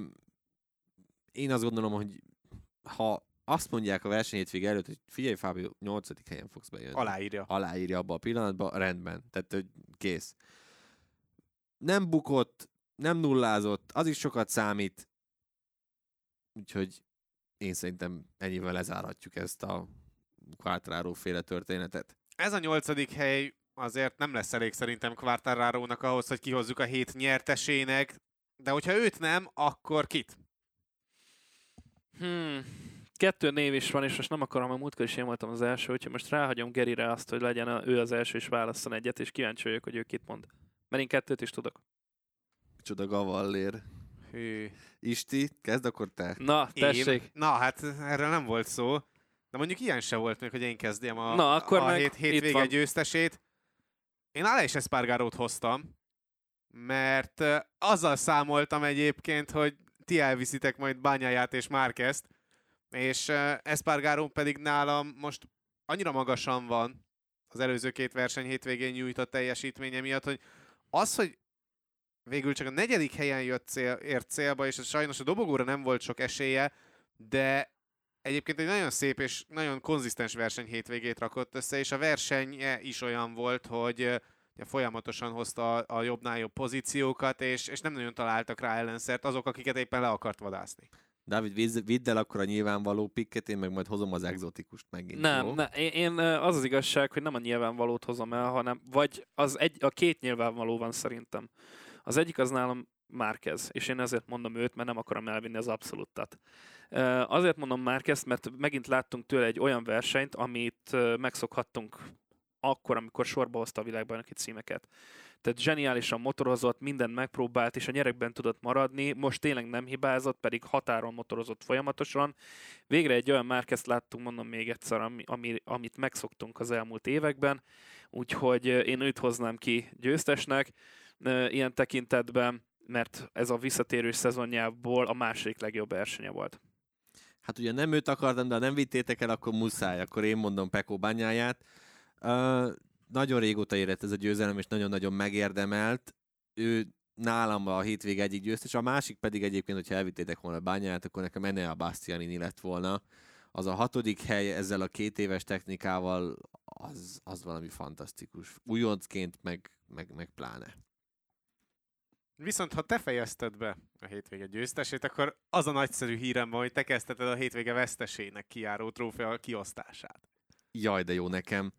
én azt gondolom, hogy ha azt mondják a verseny hétvége előtt, hogy figyelj Fábio, 8. helyen fogsz bejönni. Aláírja abban a pillanatban, rendben. Tehát, hogy kész. Nem bukott, nem nullázott, az is sokat számít. Úgyhogy én szerintem ennyivel lezárhatjuk ezt a Quartararo féle történetet. Ez a 8. hely azért nem lesz elég szerintem Quartararónak ahhoz, hogy kihozzuk a hét nyertesének, de hogyha őt nem, akkor kit? 2 név is van, és most nem akarom, a múltkor is én voltam az első, úgyhogy most ráhagyom Gerire azt, hogy legyen ő az első, és válasszon egyet, és kíváncsi vagyok, hogy ő kit mond. Mert én 2 is tudok. Csoda gavallér. Hű. Isti, kezd akkor te. Na, tessék. Na, hát erről nem volt szó. De mondjuk ilyen se volt még, hogy én kezdjem akkor hétvége győztesét. Én Aleix Espargarót hoztam, mert azzal számoltam egyébként, hogy ti elviszitek majd Bagnaia-t és Márquezt, és Espargaró pedig nálam most annyira magasan van az előző 2 verseny hétvégén nyújtott teljesítménye miatt, hogy az, hogy végül csak a 4. helyen ért célba, és sajnos a dobogóra nem volt sok esélye, de egyébként egy nagyon szép és nagyon konzisztens verseny hétvégét rakott össze, és a versenye is olyan volt, hogy folyamatosan hozta a jobbnál jobb pozíciókat, és nem nagyon találtak rá ellenszert azok, akiket éppen le akart vadászni. Dávid, vidd el akkor a nyilvánvaló pikket, én meg majd hozom az egzotikust megint. Nem, én az igazság, hogy nem a nyilvánvalót hozom el, hanem vagy a 2 nyilvánvaló van szerintem. Az egyik az nálam Márquez, és én ezért mondom őt, mert nem akarom elvinni az abszolúttat. Azért mondom Márquezt, mert megint láttunk tőle egy olyan versenyt, amit megszokhattunk akkor, amikor sorba hozta a világbajnoki címeket. Tehát zseniálisan motorozott, mindent megpróbált, és a nyerekben tudott maradni. Most tényleg nem hibázott, pedig határon motorozott folyamatosan. Végre egy olyan Márquezt láttunk, mondom még egyszer, amit megszoktunk az elmúlt években. Úgyhogy én őt hoznám ki győztesnek ilyen tekintetben, mert ez a visszatérő szezonjából a második legjobb versenye volt. Hát ugye nem őt akartam, de ha nem vittétek el, akkor muszáj. Akkor én mondom Pecco Bagnaia-t. Nagyon régóta érett ez a győzelem, és nagyon-nagyon megérdemelt. Ő nálam a hétvége egyik győztes, a másik pedig egyébként, hogyha elvittétek volna Bagnaia-t, akkor nekem Enea Bastianini lett volna. Az a 6. hely ezzel a 2 éves technikával, az valami fantasztikus. Újoncként meg pláne. Viszont ha te fejezted be a hétvége győztesét, akkor az a nagyszerű hírem van, hogy te kezdheted a hétvége vesztesének kijáró trófea kiosztását. Jaj, de jó nekem.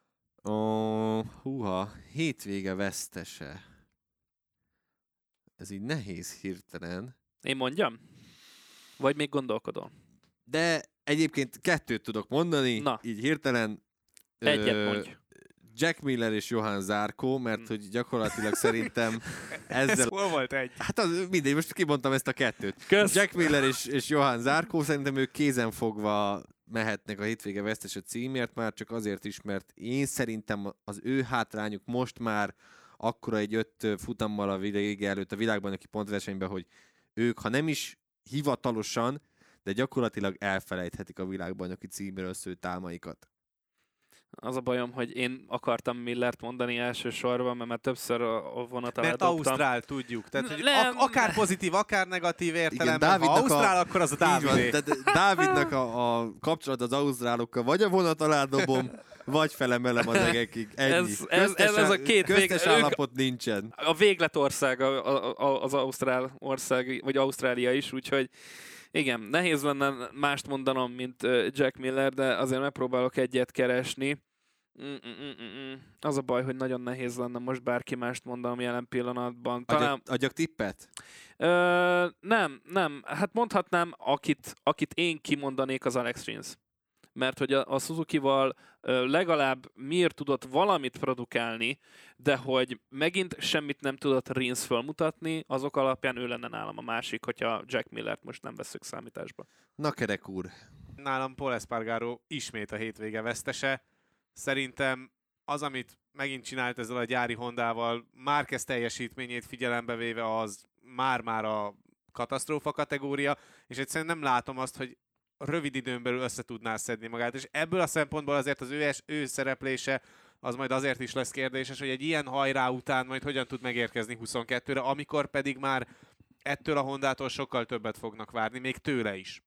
Hétvége vesztese. Ez így nehéz hirtelen. Én mondjam? Vagy még gondolkodol? De egyébként 2 tudok mondani, Na. így hirtelen. Egyet mondj. Jack Miller és Johan Zarco, mert hogy gyakorlatilag szerintem ezzel... Ez hol volt egy? Hát az mindegy, most kimondtam ezt a kettőt. Kösz. Jack Miller és Johan Zarco, szerintem ők kézenfogva mehetnek a hétvége vesztese címért, már csak azért is, mert én szerintem az ő hátrányuk most már akkora egy 5 futammal a vége előtt a világbajnoki pontversenyben, hogy ők, ha nem is hivatalosan, de gyakorlatilag elfelejthetik a világbajnoki címről szőtt álmaikat. Az a bajom, hogy én akartam Millert mondani elsősorban, mert már többször a vonat alá Mert dobtam. Ausztrál, tudjuk. Tehát, hogy Nem. akár pozitív, akár negatív értelemben, Dávidnak ha Ausztrál, akkor az a Dávidé. Tehát Dávidnak a kapcsolat az ausztrálokkal vagy a vonat alá dobom, vagy felemelem az egekig. Ennyi. Ez a két köztes állapot nincsen. A végletország az Ausztrál ország, vagy Ausztrália is, úgyhogy igen, nehéz lenne mást mondanom, mint Jack Miller, de azért megpróbálok egyet keresni. Az a baj, hogy nagyon nehéz lenne most bárki mást mondanom jelen pillanatban. Talán... Adjak tippet? Nem. Hát mondhatnám, akit én kimondanék, az Alex Rins. Mert hogy a Suzuki-val legalább Mir tudott valamit produkálni, de hogy megint semmit nem tudott Rins fölmutatni, azok alapján ő lenne nálam a másik, hogyha Jack Millert most nem veszük számításba. Na kerek úr. Nálam Pol Espargaro ismét a hétvége vesztese. Szerintem az, amit megint csinált ezzel a gyári Hondával, Márquez teljesítményét figyelembe véve, az már a katasztrófa kategória, és egyszerűen nem látom azt, hogy rövid időn belül össze tudná szedni magát, és ebből a szempontból azért az ő szereplése az majd azért is lesz kérdéses, hogy egy ilyen hajrá után majd hogyan tud megérkezni 22-re, amikor pedig már ettől a Hondától sokkal többet fognak várni, még tőle is.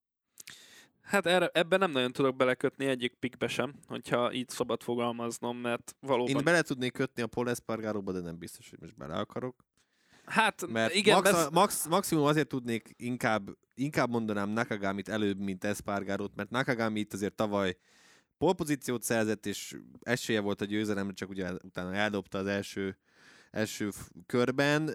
Hát ebben nem nagyon tudok belekötni egyik pikbe sem, hogyha így szabad fogalmaznom, mert valóban... Én bele tudnék kötni a Pol Espargaróba, de nem biztos, hogy most bele akarok. Hát mert igen, maximum azért tudnék inkább mondanám Nakagamit előbb, mint Espargarót, mert Nakagami itt azért tavaly polpozíciót szerzett, és esélye volt a győzelemre, csak ugye utána eldobta az első körben.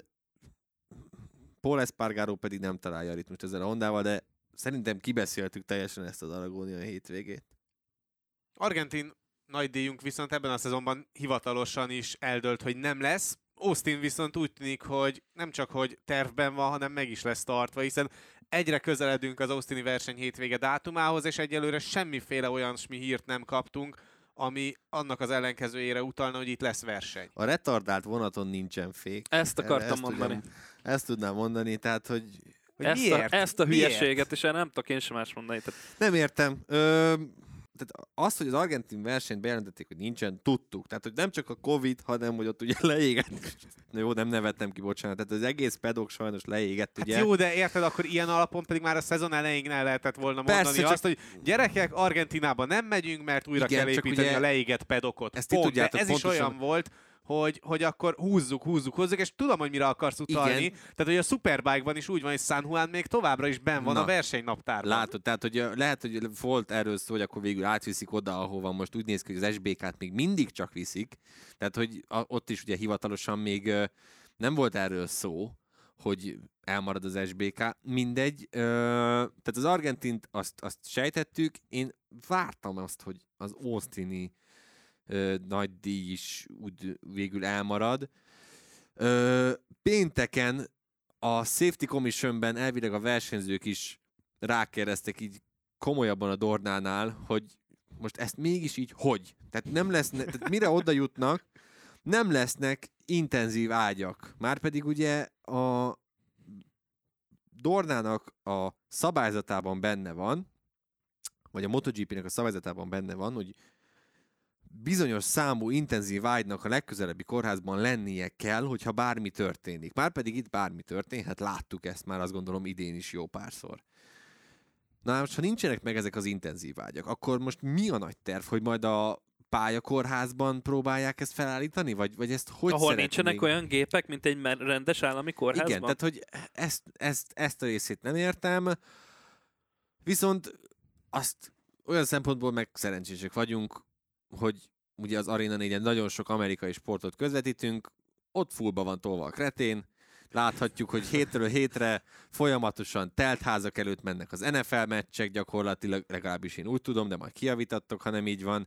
Pol Espargaró pedig nem találja a ritmust ezzel a Hondával, de szerintem kibeszéltük teljesen ezt az Aragónia hétvégét. Argentin nagydíjunk viszont ebben a szezonban hivatalosan is eldőlt, hogy nem lesz. Austin viszont úgy tűnik, hogy nem csak hogy tervben van, hanem meg is lesz tartva, hiszen egyre közeledünk az austini verseny hétvége dátumához, és egyelőre semmiféle olyasmi hírt nem kaptunk, ami annak az ellenkezőjére utalna, hogy itt lesz verseny. A retardált vonaton nincsen fék. Ezt akartam mondani. Ezt tudnám mondani, tehát hogy ezt a hülyeséget, és erre nem tudok én sem más mondani. Tehát... Nem értem. Tehát azt, hogy az argentin versenyt bejelentették, hogy nincsen, tudtuk. Tehát, hogy nem csak a Covid, hanem, hogy ott ugye leégett. Na jó, nem nevettem ki, bocsánat. Tehát az egész pedok sajnos leégett, ugye. Hát jó, de érted, akkor ilyen alapon pedig már a szezon elején el lehetett volna mondani. Persze, azt, hogy gyerekek, Argentinába nem megyünk, mert újra kell építeni a leégett pedokot. Ezt de ez is olyan volt, hogy akkor húzzuk, és tudom, hogy mire akarsz utalni. Igen. Tehát, hogy a Superbike-ban is úgy van, hogy San Juan még továbbra is benn van a versenynaptárban. Látod, tehát, hogy lehet, hogy volt erről szó, hogy akkor végül átviszik oda, ahova most úgy néz ki, hogy az SBK-t még mindig csak viszik. Tehát, hogy ott is ugye hivatalosan még nem volt erről szó, hogy elmarad az SBK. Mindegy. Tehát az Argentint azt sejtettük. Én vártam azt, hogy az austini nagy díj is úgy végül elmarad. Pénteken a Safety Commissionben elvileg a versenyzők is rákérdeztek így komolyabban a Dornánál, hogy most ezt mégis így hogy? Tehát nem lesz, tehát mire oda jutnak, nem lesznek intenzív ágyak. Márpedig ugye a Dornának a szabályzatában benne van, vagy a MotoGP-nek a szabályzatában benne van, hogy bizonyos számú intenzív ágynak a legközelebbi kórházban lennie kell, hogyha bármi történik. Márpedig itt bármi történhet, láttuk ezt már azt gondolom idén is jó párszor. Na most, ha nincsenek meg ezek az intenzív ágyak, akkor most mi a nagy terv, hogy majd a pályakórházban próbálják ezt felállítani? Vagy ezt hogy ahol nincsenek olyan gépek, mint egy rendes állami kórházban? Igen, tehát hogy ezt a részét nem értem. Viszont azt olyan szempontból meg szerencsések vagyunk, hogy ugye az Arena 4-en nagyon sok amerikai sportot közvetítünk, ott fullba van tolva a kretén, láthatjuk, hogy hétről hétre folyamatosan telt házak előtt mennek az NFL meccsek, gyakorlatilag legalábbis én úgy tudom, de majd kijavítattok, ha nem így van.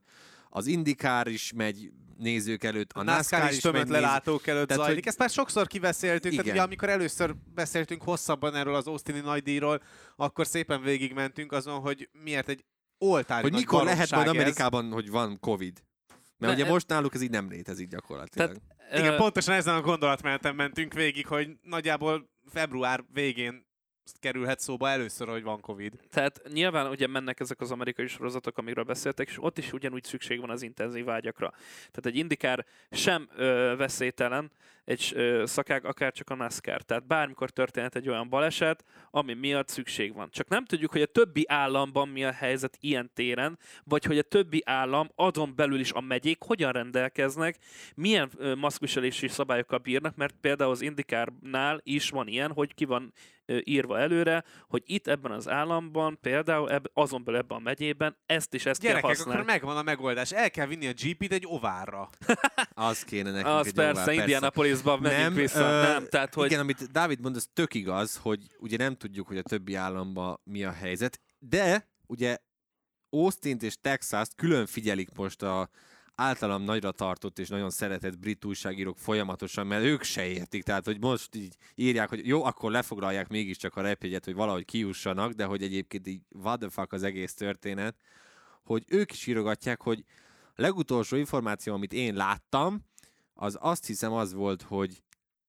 az IndyCar is megy nézők előtt, a NASCAR is tömött lelátók előtt zajlik. Hogy... Ezt már sokszor kiveszéltünk, tehát ugye amikor először beszéltünk hosszabban erről az Austini nagydíjról, akkor szépen végigmentünk azon, hogy miért egy oltári hogy nagy mikor lehet majd ez. Amerikában, hogy van Covid. Mert ugye most náluk ez így nem létezik gyakorlatilag. Igen, pontosan ezen a gondolatmenetem mentünk végig, hogy nagyjából február végén kerülhet szóba először, hogy van Covid. Tehát nyilván ugye mennek ezek az amerikai sorozatok, amiről beszéltek, és ott is ugyanúgy szükség van az intenzív ágyakra. Tehát egy IndyCar sem veszélytelen, egy szakág, akár csak a NASCAR. Tehát bármikor történhet egy olyan baleset, ami miatt szükség van. Csak nem tudjuk, hogy a többi államban mi a helyzet ilyen téren, vagy hogy a többi állam, azon belül is a megyék hogyan rendelkeznek, milyen maszkviselési szabályokkal bírnak, mert például az IndyCarnál is van ilyen, hogy ki van írva előre, hogy itt ebben az államban, például azon belül ebben a megyében ezt is ezt Gyerekek, kell használni. akkor megvan a megoldás. El kell vinni a GP-t egy ovárra. Az kéne nekünk az egy persze, ovár, Indianapolisban megyünk vissza. Nem, tehát, hogy... Igen, amit Dávid mond, az tök igaz, hogy ugye nem tudjuk, hogy a többi államban mi a helyzet, de ugye Austint és Texast külön figyelik most a általam nagyra tartott és nagyon szeretett brit újságírók folyamatosan, mert ők se értik. Tehát, hogy most így írják, hogy jó, akkor lefoglalják mégiscsak a repjegyet, hogy valahogy kijussanak, de hogy egyébként így what the fuck az egész történet, hogy ők is írogatják, hogy a legutolsó információ, amit én láttam, az azt hiszem az volt, hogy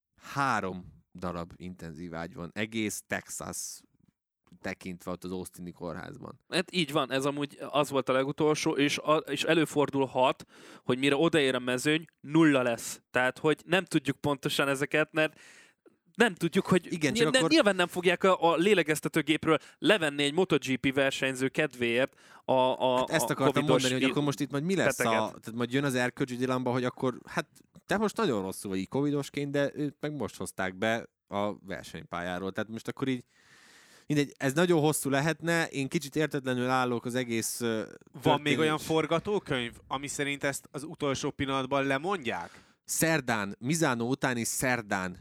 3 darab intenzív ágy van. Egész Texas tekintve ott az Austini kórházban. Hát így van, ez amúgy az volt a legutolsó, és előfordulhat, hogy mire odaér a mezőny, 0 lesz. Tehát, hogy nem tudjuk pontosan ezeket, mert nem tudjuk, hogy igen, akkor... nyilván nem fogják a lélegeztetőgépről levenni egy MotoGP versenyző kedvéért hát ezt akartam mondani, hogy akkor most itt majd mi lesz tehát majd jön az erkölcsügyilalomba, hogy akkor hát te most nagyon rosszul vagy így covidosként, de őt meg most hozták be a versenypályáról. Tehát most akkor így mindegy, ez nagyon hosszú lehetne, én kicsit értetlenül állok az egész Van még olyan forgatókönyv, ami szerint ezt az utolsó pillanatban lemondják? Szerdán, Misano utáni szerdán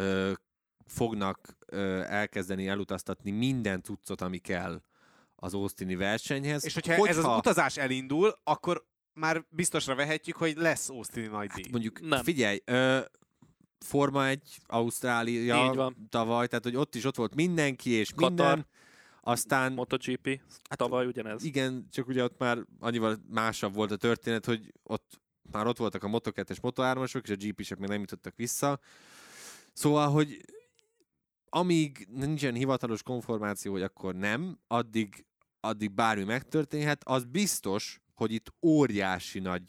fognak elkezdeni elutaztatni minden cuccot, ami kell az Austini versenyhez. És hogyha ez az utazás elindul, akkor már biztosra vehetjük, hogy lesz Austini nagydíj. Hát mondjuk, figyelj, Forma 1, Ausztrália tavaly, tehát hogy ott volt mindenki és Katar, minden. Aztán... MotoGP, tavaly ugyanez. Igen, csak ugye ott már annyival másabb volt a történet, hogy ott voltak a Moto2-es, Moto3-asok, és a GP-sek még nem jutottak vissza. Szóval, hogy amíg nincsen hivatalos konformáció, hogy akkor nem, addig bármi megtörténhet, az biztos, hogy itt óriási nagy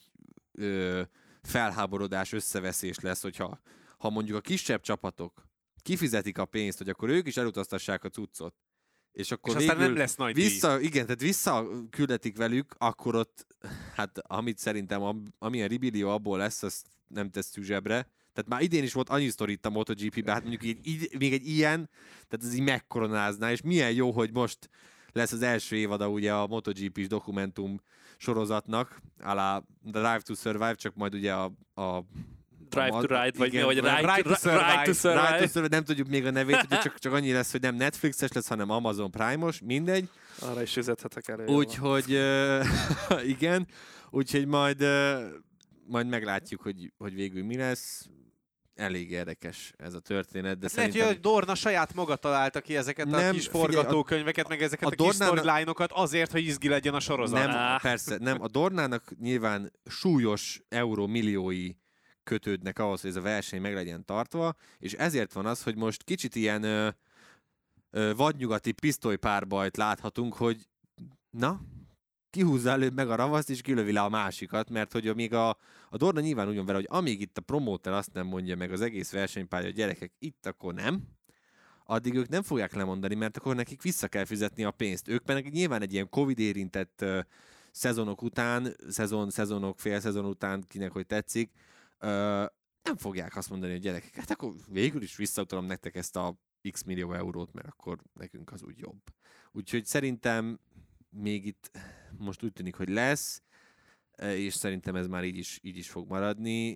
felháborodás, összeveszés lesz, hogyha mondjuk a kisebb csapatok kifizetik a pénzt, hogy akkor ők is elutaztassák a cuccot, és akkor és aztán nem lesz nagy díj. Igen, tehát visszaküldetik velük, akkor ott, hát amit szerintem, amilyen ribillió abból lesz, azt nem tesszük zsebre. Tehát már idén is volt annyi sztori itt a MotoGP-ben, hát mondjuk még egy ilyen, tehát ez így megkoronázná, és milyen jó, hogy most lesz az első évada ugye a MotoGP-s dokumentum sorozatnak, alá Drive to Survive, csak majd ugye a Drive to Ride, vagy igen, mi, vagy Ride to Survive. Nem tudjuk még a nevét, ugye csak annyi lesz, hogy nem Netflixes lesz, hanem Amazon Prime-os, mindegy. Arra is fizethetek elő. Úgyhogy igen, úgyhogy majd meglátjuk, hogy végül mi lesz. Elég érdekes ez a történet, de szerintem... Lehet, hogy Dorna saját maga találta ki ezeket a kis forgatókönyveket, meg ezeket a kis storyline-okat azért, hogy izgi legyen a sorozat. Nem, persze, nem. A Dornának nyilván súlyos euromilliói kötődnek ahhoz, hogy ez a verseny meg legyen tartva, és ezért van az, hogy most kicsit ilyen vadnyugati pisztolypárbajt láthatunk, hogy na, kihúzza előbb meg a ravaszt, és kilövi le a másikat, mert hogy még a Dorna nyilván úgy van vele, hogy amíg itt a promóter azt nem mondja meg az egész versenypálya, hogy gyerekek, itt akkor nem, addig ők nem fogják lemondani, mert akkor nekik vissza kell fizetni a pénzt. Ők meg nyilván egy ilyen Covid érintett szezonok után, szezonok, fél szezon után, kinek hogy tetszik, nem fogják azt mondani, hogy gyerekek, hát akkor végül is visszautalom nektek ezt a x millió eurót, mert akkor nekünk az úgy jobb. Úgyhogy szerintem még itt most úgy tűnik, hogy lesz, és szerintem ez már így is fog maradni.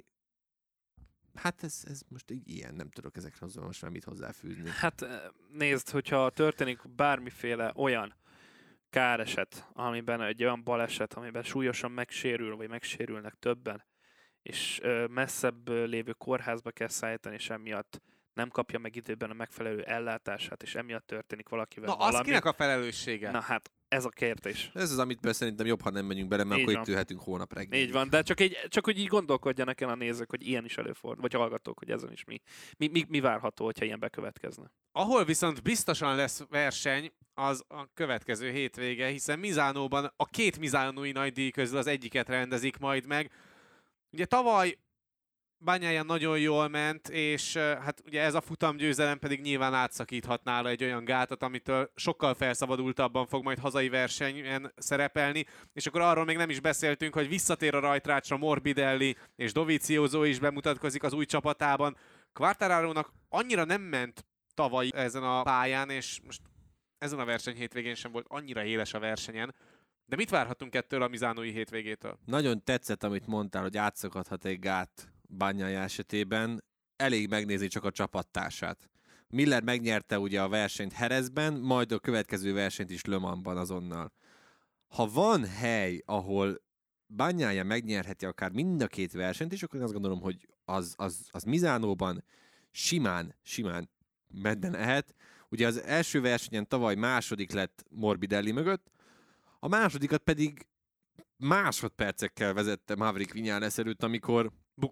Hát ez most így ilyen, nem tudok ezekre most már mit hozzáfűzni. Hát nézd, hogyha történik bármiféle olyan káreset, amiben egy olyan baleset, amiben súlyosan megsérül, vagy megsérülnek többen, és messzebb lévő kórházba kell szállítani, és emiatt nem kapja meg időben a megfelelő ellátását, és emiatt történik valakivel Na, valami. az kinek a felelőssége? Na hát, ez a kérdés. Ez az, amit szerintem jobb, ha nem megyünk bele, mert Így akkor van. itt ülhetünk hónap reggel. Így van, de csak hogy így gondolkodjanak el a nézők, hogy ilyen is előfordul, vagy hallgatók, hogy ezen is mi várható, hogyha ilyen bekövetkezne. Ahol viszont biztosan lesz verseny, az a következő hétvége, hiszen Misánóban a két misánói nagydíj közül az egyiket rendezik majd meg. Ugye tavaly Bagnaia nagyon jól ment, és hát ugye ez a futamgyőzelem pedig nyilván átszakíthat nála egy olyan gátat, amitől sokkal felszabadultabban fog majd hazai versenyen szerepelni, és akkor arról még nem is beszéltünk, hogy visszatér a rajtrácsra Morbidelli, és Dovizioso is bemutatkozik az új csapatában. Quartararónak annyira nem ment tavaly ezen a pályán, és most ezen a verseny hétvégén sem volt annyira éles a versenyen. De mit várhatunk ettől a misánói hétvégétől? Nagyon tetszett, amit mondtál, hogy átszakadhat egy gát Bagnaia esetében. Elég megnézni csak a csapattársát. Miller megnyerte ugye a versenyt Jerezben, majd a következő versenyt is Le Mansban azonnal. Ha van hely, ahol Bagnaia megnyerheti akár mind a két versenyt is, akkor én azt gondolom, hogy az Misánóban simán medden lehet. Ugye az első versenyen tavaly második lett Morbidelli mögött, a másodikat pedig másodpercekkel vezette Maverick Viñales előtt, amikor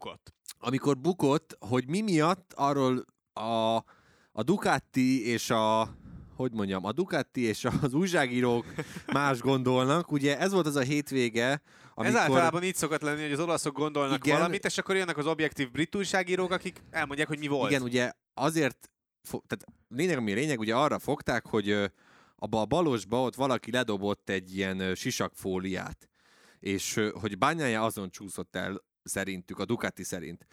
bukott, hogy mi miatt arról a Ducati és a Ducati és az újságírók más gondolnak. Ugye ez volt az a hétvége, amikor... Ez általában így szokott lenni, hogy az olaszok gondolnak valamit, és akkor jönnek az objektív brit újságírók, akik elmondják, hogy mi volt. Igen, ugye azért, tehát lényeg, ugye arra fogták, hogy abba a balosba ott valaki ledobott egy ilyen sisakfóliát, és hogy Bagnaia azon csúszott el szerintük, a Ducati szerint.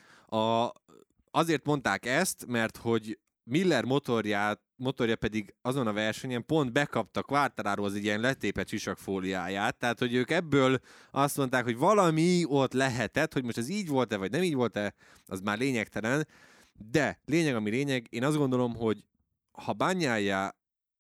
Azért mondták ezt, mert hogy Miller motorja pedig azon a versenyen pont bekapta Quartararóhoz egy ilyen letépett sisakfóliáját, tehát hogy ők ebből azt mondták, hogy valami ott lehetett, hogy most ez így volt-e, vagy nem így volt-e, az már lényegtelen, de lényeg, ami lényeg, én azt gondolom, hogy ha Bagnaia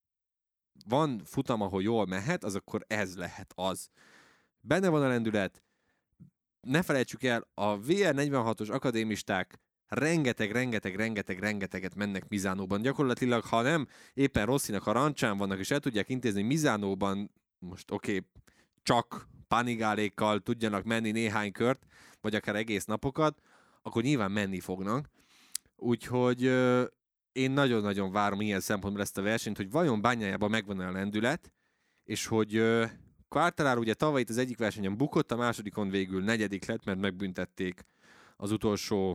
van futam, ahol jól mehet, az akkor ez lehet az. Benne van a lendület, ne felejtsük el, a VR46-os akadémisták rengeteget mennek Misánóban. Gyakorlatilag, ha nem éppen Rossinak a rancsán vannak, és el tudják intézni Misánóban, most csak panigálékkal tudjanak menni néhány kört, vagy akár egész napokat, akkor nyilván menni fognak. Úgyhogy én nagyon-nagyon várom ilyen szempontból ezt a versenyt, hogy vajon Bagnaiában megvan a lendület, és hogy Quartararo ugye tavaly itt az egyik versenyen bukott, a másodikon végül negyedik lett, mert megbüntették az utolsó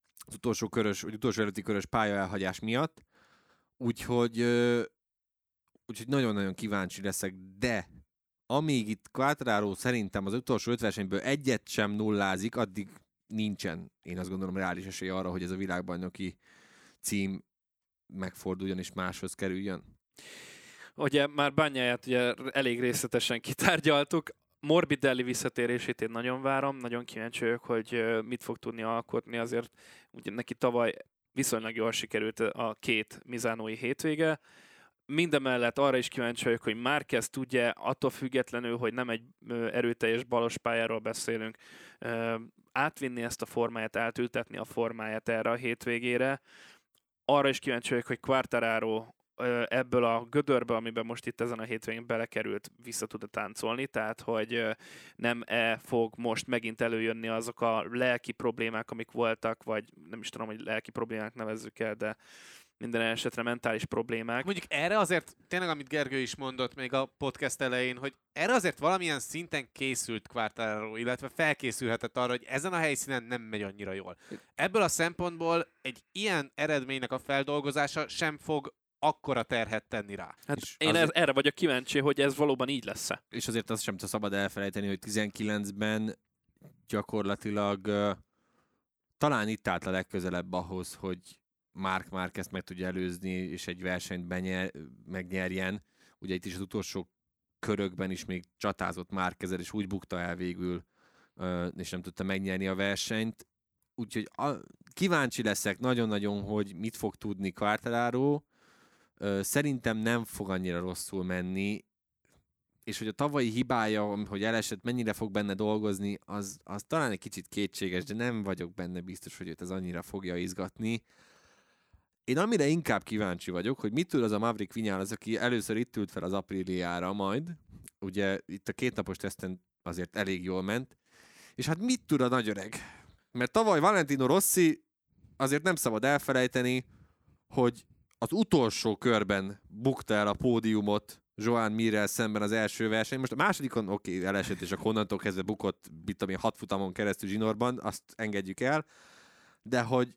előtti körös pályaelhagyás miatt. Úgyhogy nagyon-nagyon kíváncsi leszek, de amíg itt Quartararo szerintem az utolsó 5 versenyből egyet sem nullázik, addig nincsen, én azt gondolom, reális esély arra, hogy ez a világbajnoki cím megforduljon és máshoz kerüljön. Ugye már Bagnaiát ugye elég részletesen kitárgyaltuk. Morbidelli visszatérését én nagyon várom, nagyon kíváncsi vagyok, hogy mit fog tudni alkotni, azért ugye neki tavaly viszonylag jól sikerült a két misánói hétvége. Mindemellett arra is kíváncsi vagyok, hogy Márquez tudja, attól függetlenül, hogy nem egy erőteljes balos pályáról beszélünk, átvinni ezt a formáját, átültetni a formáját erre a hétvégére. Arra is kíváncsi vagyok, hogy Quartararo ebből a gödörbe, amiben most itt ezen a hétvégén belekerült, vissza tud táncolni, tehát hogy nem fog most megint előjönni azok a lelki problémák, amik voltak, vagy nem is tudom, hogy lelki problémák nevezzük el, de minden esetre mentális problémák. Mondjuk erre azért, tényleg amit Gergő is mondott még a podcast elején, hogy erre azért valamilyen szinten készült Quartararo, illetve felkészülhetett arra, hogy ezen a helyszínen nem megy annyira jól. Ebből a szempontból egy ilyen eredménynek a feldolgozása sem fog akkora terhet tenni rá. Hát én erre vagyok kíváncsi, hogy ez valóban így lesz-e. És azért azt sem szabad elfelejteni, hogy 19-ben gyakorlatilag talán itt állt a legközelebb ahhoz, hogy Marc Márquezt meg tudja előzni, és egy versenyt megnyerjen. Ugye itt is az utolsó körökben is még csatázott Márquezzel, és úgy bukta el végül, és nem tudta megnyerni a versenyt. Úgyhogy kíváncsi leszek nagyon-nagyon, hogy mit fog tudni Quartararo. Szerintem nem fog annyira rosszul menni. és hogy a tavalyi hibája, hogy elesett, mennyire fog benne dolgozni, az talán egy kicsit kétséges, de nem vagyok benne biztos, hogy őt ez annyira fogja izgatni. Én amire inkább kíváncsi vagyok, hogy mit tud az a Maverick Viñales, aki először itt ült fel az Apriliára majd, ugye itt a 2 napos teszten azért elég jól ment, és hát mit tud a nagyöreg? Mert tavaly Valentino Rossi azért nem szabad elfelejteni, hogy az utolsó körben bukta el a pódiumot Joan Mirrel szemben az első verseny. Most a másodikon elesett, és akkor onnantól kezdve bukott, 6 futamon keresztül zsinórban, azt engedjük el, de hogy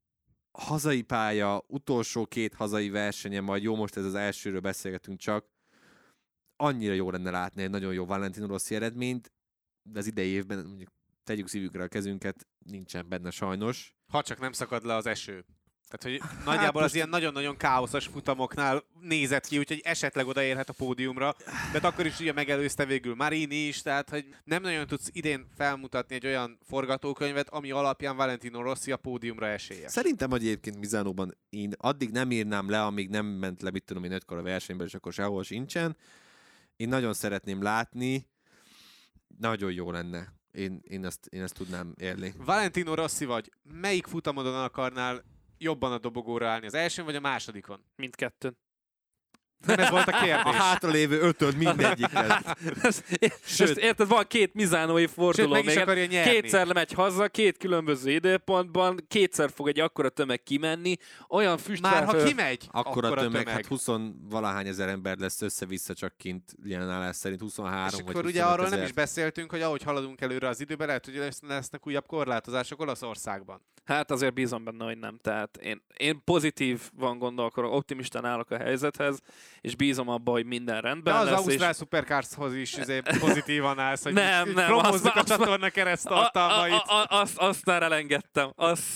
hazai pálya, utolsó 2 hazai versenye, majd jó, most ez az elsőről beszélgetünk csak, annyira jó lenne látni egy nagyon jó Valentino Rossi eredményt, de az idei évben mondjuk tegyük szívükre a kezünket, nincsen benne sajnos. Ha csak nem szakad le az eső. Tehát, hogy nagyjából az ilyen nagyon-nagyon káoszos futamoknál nézett ki, úgyhogy esetleg odaérhet a pódiumra, de akkor is ugye megelőzte végül Marini is, tehát hogy nem nagyon tudsz idén felmutatni egy olyan forgatókönyvet, ami alapján Valentino Rossi a pódiumra esélyes. Szerintem, hogy egyébként Misánóban én addig nem írnám le, amíg nem ment le, mit tudom én, 5-kor a versenyből, és akkor sehol sincsen. Én nagyon szeretném látni, nagyon jó lenne. Én ezt tudnám érni. Valentino Rossi vagy, melyik futamodon akarnál jobban a dobogóra állni? Az elsőn vagy a másodikon? Mindkettőn. Nem ez volt a A kérdés. hátralévő 5-öd mindegyiket. Sőt, érted, van 2 mizánói forduló, meg is még akarja nyerni. 2-szer lemegy haza, 2 különböző időpontban, 2-szer fog egy akkora tömeg kimenni, olyan füst Már ha kimegy, Akkora tömeg, hát 20-valahány ezer ember lesz össze-vissza csak kint jelen állás szerint, 23 és vagy akkor 25 ugye arról nem ezer. is beszéltünk, hogy ahogy haladunk előre az időben, lehet, hogy lesznek újabb korlátozások Olaszországban. Hát azért bízom benne, hogy nem. Tehát én pozitívan gondolkodom, optimistán állok a helyzethez, és bízom abba, hogy minden rendben De az lesz. Ausztrál Supercarshoz is pozitívan állsz, hogy Nem, promózzuk a azt már- csatorna kereszttartalmait. Azt már elengedtem.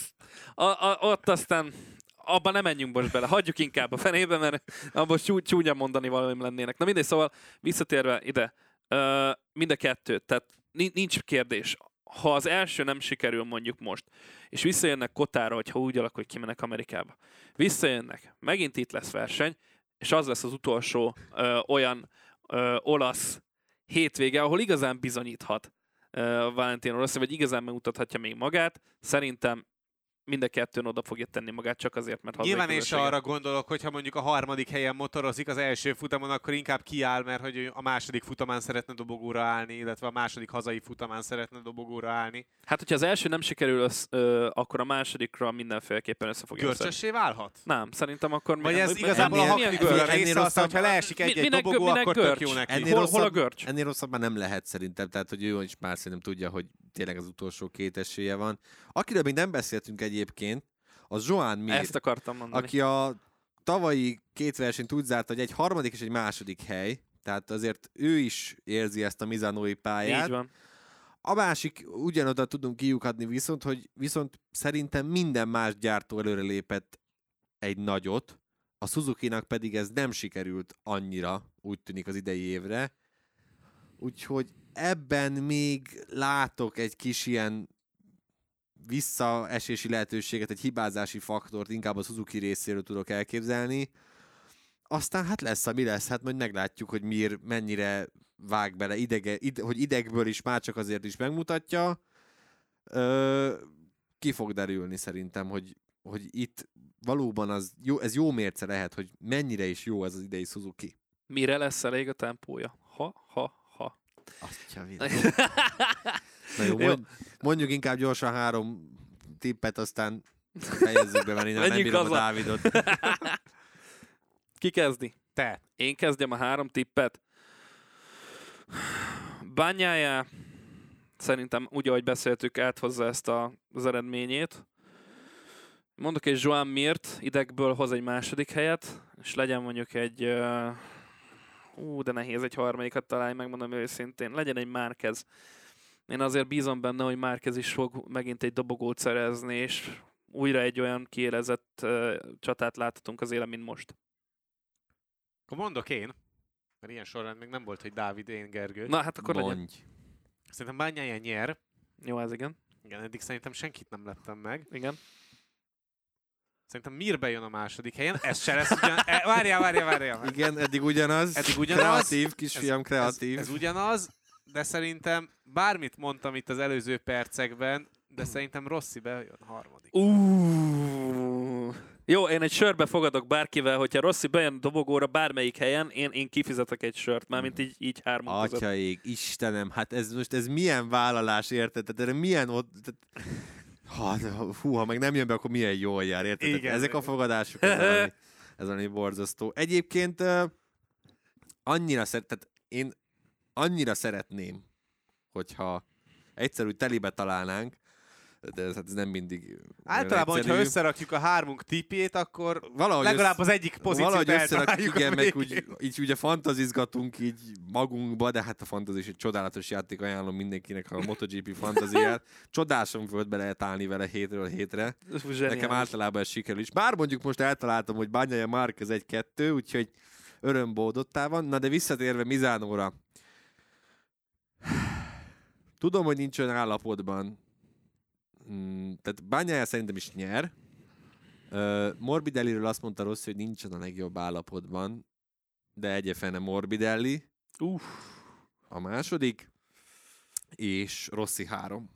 Ott aztán abban nem menjünk most bele. Hagyjuk inkább a fenébe, mert abban csúnya mondani valamim lennének. Na mindegy, szóval visszatérve ide. Mind a kettő. Tehát nincs kérdés. Ha az első nem sikerül mondjuk most, és visszajönnek Kotára, hogyha úgy alakul, hogy kimennek Amerikába. Visszajönnek, megint itt lesz verseny, és az lesz az utolsó olyan olasz hétvége, ahol igazán bizonyíthat Valentino Rossi, vagy igazán megmutathatja még magát. Szerintem mind a kettőn oda fogja tenni magát, csak azért, mert hazai Nyilván és közönsége. arra gondolok, hogy ha mondjuk a harmadik helyen motorozik az első futamon, akkor inkább kiáll, mert hogy ő a második futamán szeretne dobogóra állni, illetve a második hazai futamán szeretne dobogóra állni. Hát, hogyha az első nem sikerül, akkor a másodikra mindenféleképpen össze fogja össze. Görcsössé válhat? Nem, szerintem akkor... Vagy ez igazából a haknikből a része, aztán, hogyha leesik egy dobogó, akkor tök jó neki. Hol a görcs? Ennél rosszabb már nem lehet szerintem, tehát hogy ő is már szerintem tudja, hogy tényleg az utolsó 2 esélye van. Akiről még nem beszéltünk egyébként, az Joan Mir, Ezt akartam mondani. aki a tavalyi 2 versenyt úgy zárt, hogy egy harmadik és egy második hely, tehát azért ő is érzi ezt a mizánói pályát. Így van. A másik ugyanoda tudunk kiukadni viszont szerintem minden más gyártó előre lépett egy nagyot, a Suzuki-nak pedig ez nem sikerült annyira, úgy tűnik az idei évre. Úgyhogy ebben még látok egy kis ilyen visszaesési lehetőséget, egy hibázási faktort inkább a Suzuki részéről tudok elképzelni. Aztán hát lesz, ami lesz, hát majd meglátjuk, hogy Mir mennyire vág bele, hogy idegből is már csak azért is megmutatja. Ki fog derülni szerintem, hogy itt valóban ez jó mérce lehet, hogy mennyire is jó ez az idei Suzuki. Mire lesz elég a tempója? Ha. Azt Na jó, mondjuk inkább gyorsan 3 tippet, aztán fejezzük be, mert én nem bírom a Dávidot. Ki kezdi? Te. Én kezdjem a 3 tippet. Bagnaia szerintem úgy, ahogy beszéltük, áthozza ezt az eredményét. Mondok egy Joan Mirt, idegből hoz egy második helyet, és legyen mondjuk egy... de nehéz egy harmadikat találni, megmondom őszintén. Legyen egy Márquez. Én azért bízom benne, hogy Márquez is fog megint egy dobogót szerezni, és újra egy olyan kiélezett csatát láthatunk az élen, mint most. Akkor mondok én, mert ilyen sorrend még nem volt, hogy Dávid, én, Gergő. Na, hát akkor legyen. Mondj. Szerintem Bagnaia nyer. Jó, ez igen. Igen, eddig szerintem senkit nem leptem meg. Igen. Szerintem Mirbe jön a második helyen, ez se lesz ugyan... Várjál. Igen, eddig ugyanaz. Kreatív, kisfiam, kreatív. Ez ugyanaz, de szerintem bármit mondtam itt az előző percekben, de szerintem Rossi bejön harmadik. Jó, én egy sörbe fogadok bárkivel, hogyha Rossi bejön dobogóra bármelyik helyen, én kifizetek egy sört, mármint így hárman között. Atyaik, Istenem, hát ez milyen vállalás, érted? Tehát erre milyen ott... Ha meg nem jön be, akkor milyen jól jár, érted? Igen. Ezek a fogadások, ez valami borzasztó. Egyébként én annyira szeretném, hogyha egyszer úgy telibe találnánk, de ez nem mindig általában, hogyha összerakjuk a hármunk tippjét, akkor valahogy legalább az egyik pozíciót eltaláljuk. Igen, meg így ugye fantazizgatunk így magunkba, de hát a fantazi is egy csodálatos játék, ajánlom mindenkinek a MotoGP fantaziát. Csodásan volt be lehet állni vele hétről hétre. Nekem általában ez sikerül is. Bár mondjuk most eltaláltam, hogy Bagnaia Marquez 1-2, úgyhogy örömbódottá van. Na de visszatérve Misánóra. Tudom, hogy nincs olyan állapotban. Tehát Bagnaia szerintem is nyer. Morbidelliről azt mondta Rossi, hogy nincsen a legjobb állapotban, de egyefene Morbidelli. A második, és Rossi 3.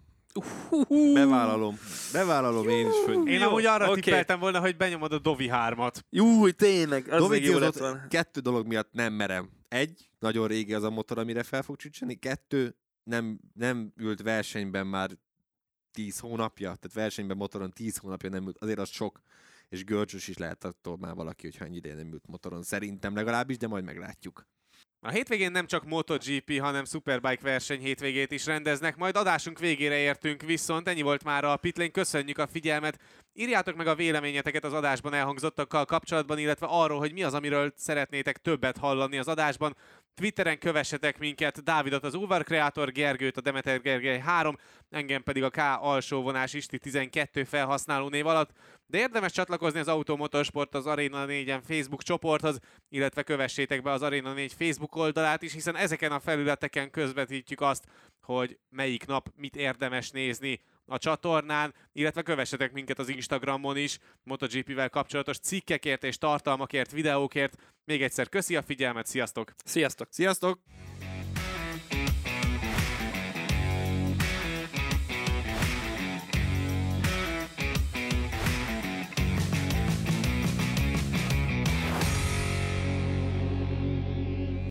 Bevállalom én is, hogy... Én amúgy arra tippeltem volna, hogy benyomod a Dovi 3-at. Tényleg, az még jó lett volna. 2 dolog miatt nem merem. 1, nagyon régi az a motor, amire fel fog csücseni. 2, nem ült versenyben már 10 hónapja, tehát versenyben motoron 10 hónapja nem ült, azért az sok, és görcsös is lehet attól már valaki, hogyha ennyi ideje nem ült motoron, szerintem legalábbis, de majd meglátjuk. A hétvégén nem csak MotoGP, hanem Superbike verseny hétvégét is rendeznek, majd adásunk végére értünk, viszont ennyi volt már a Pitlane, köszönjük a figyelmet, írjátok meg a véleményeteket az adásban elhangzottakkal kapcsolatban, illetve arról, hogy mi az, amiről szeretnétek többet hallani az adásban. Twitteren kövessetek minket, Dávidot az Ulvar Kreator, Gergőt a Demeter Gergely 3, engem pedig a K alsóvonás Isti 12 felhasználó név alatt, de érdemes csatlakozni az Automotorsport az Arena 4-en Facebook csoporthoz, illetve kövessétek be az Arena 4 Facebook oldalát is, hiszen ezeken a felületeken közvetítjük azt, hogy melyik nap mit érdemes nézni a csatornán, illetve kövessetek minket az Instagramon is, MotoGP-vel kapcsolatos cikkekért és tartalmakért, videókért. Még egyszer köszi a figyelmet, sziasztok! Sziasztok! Sziasztok!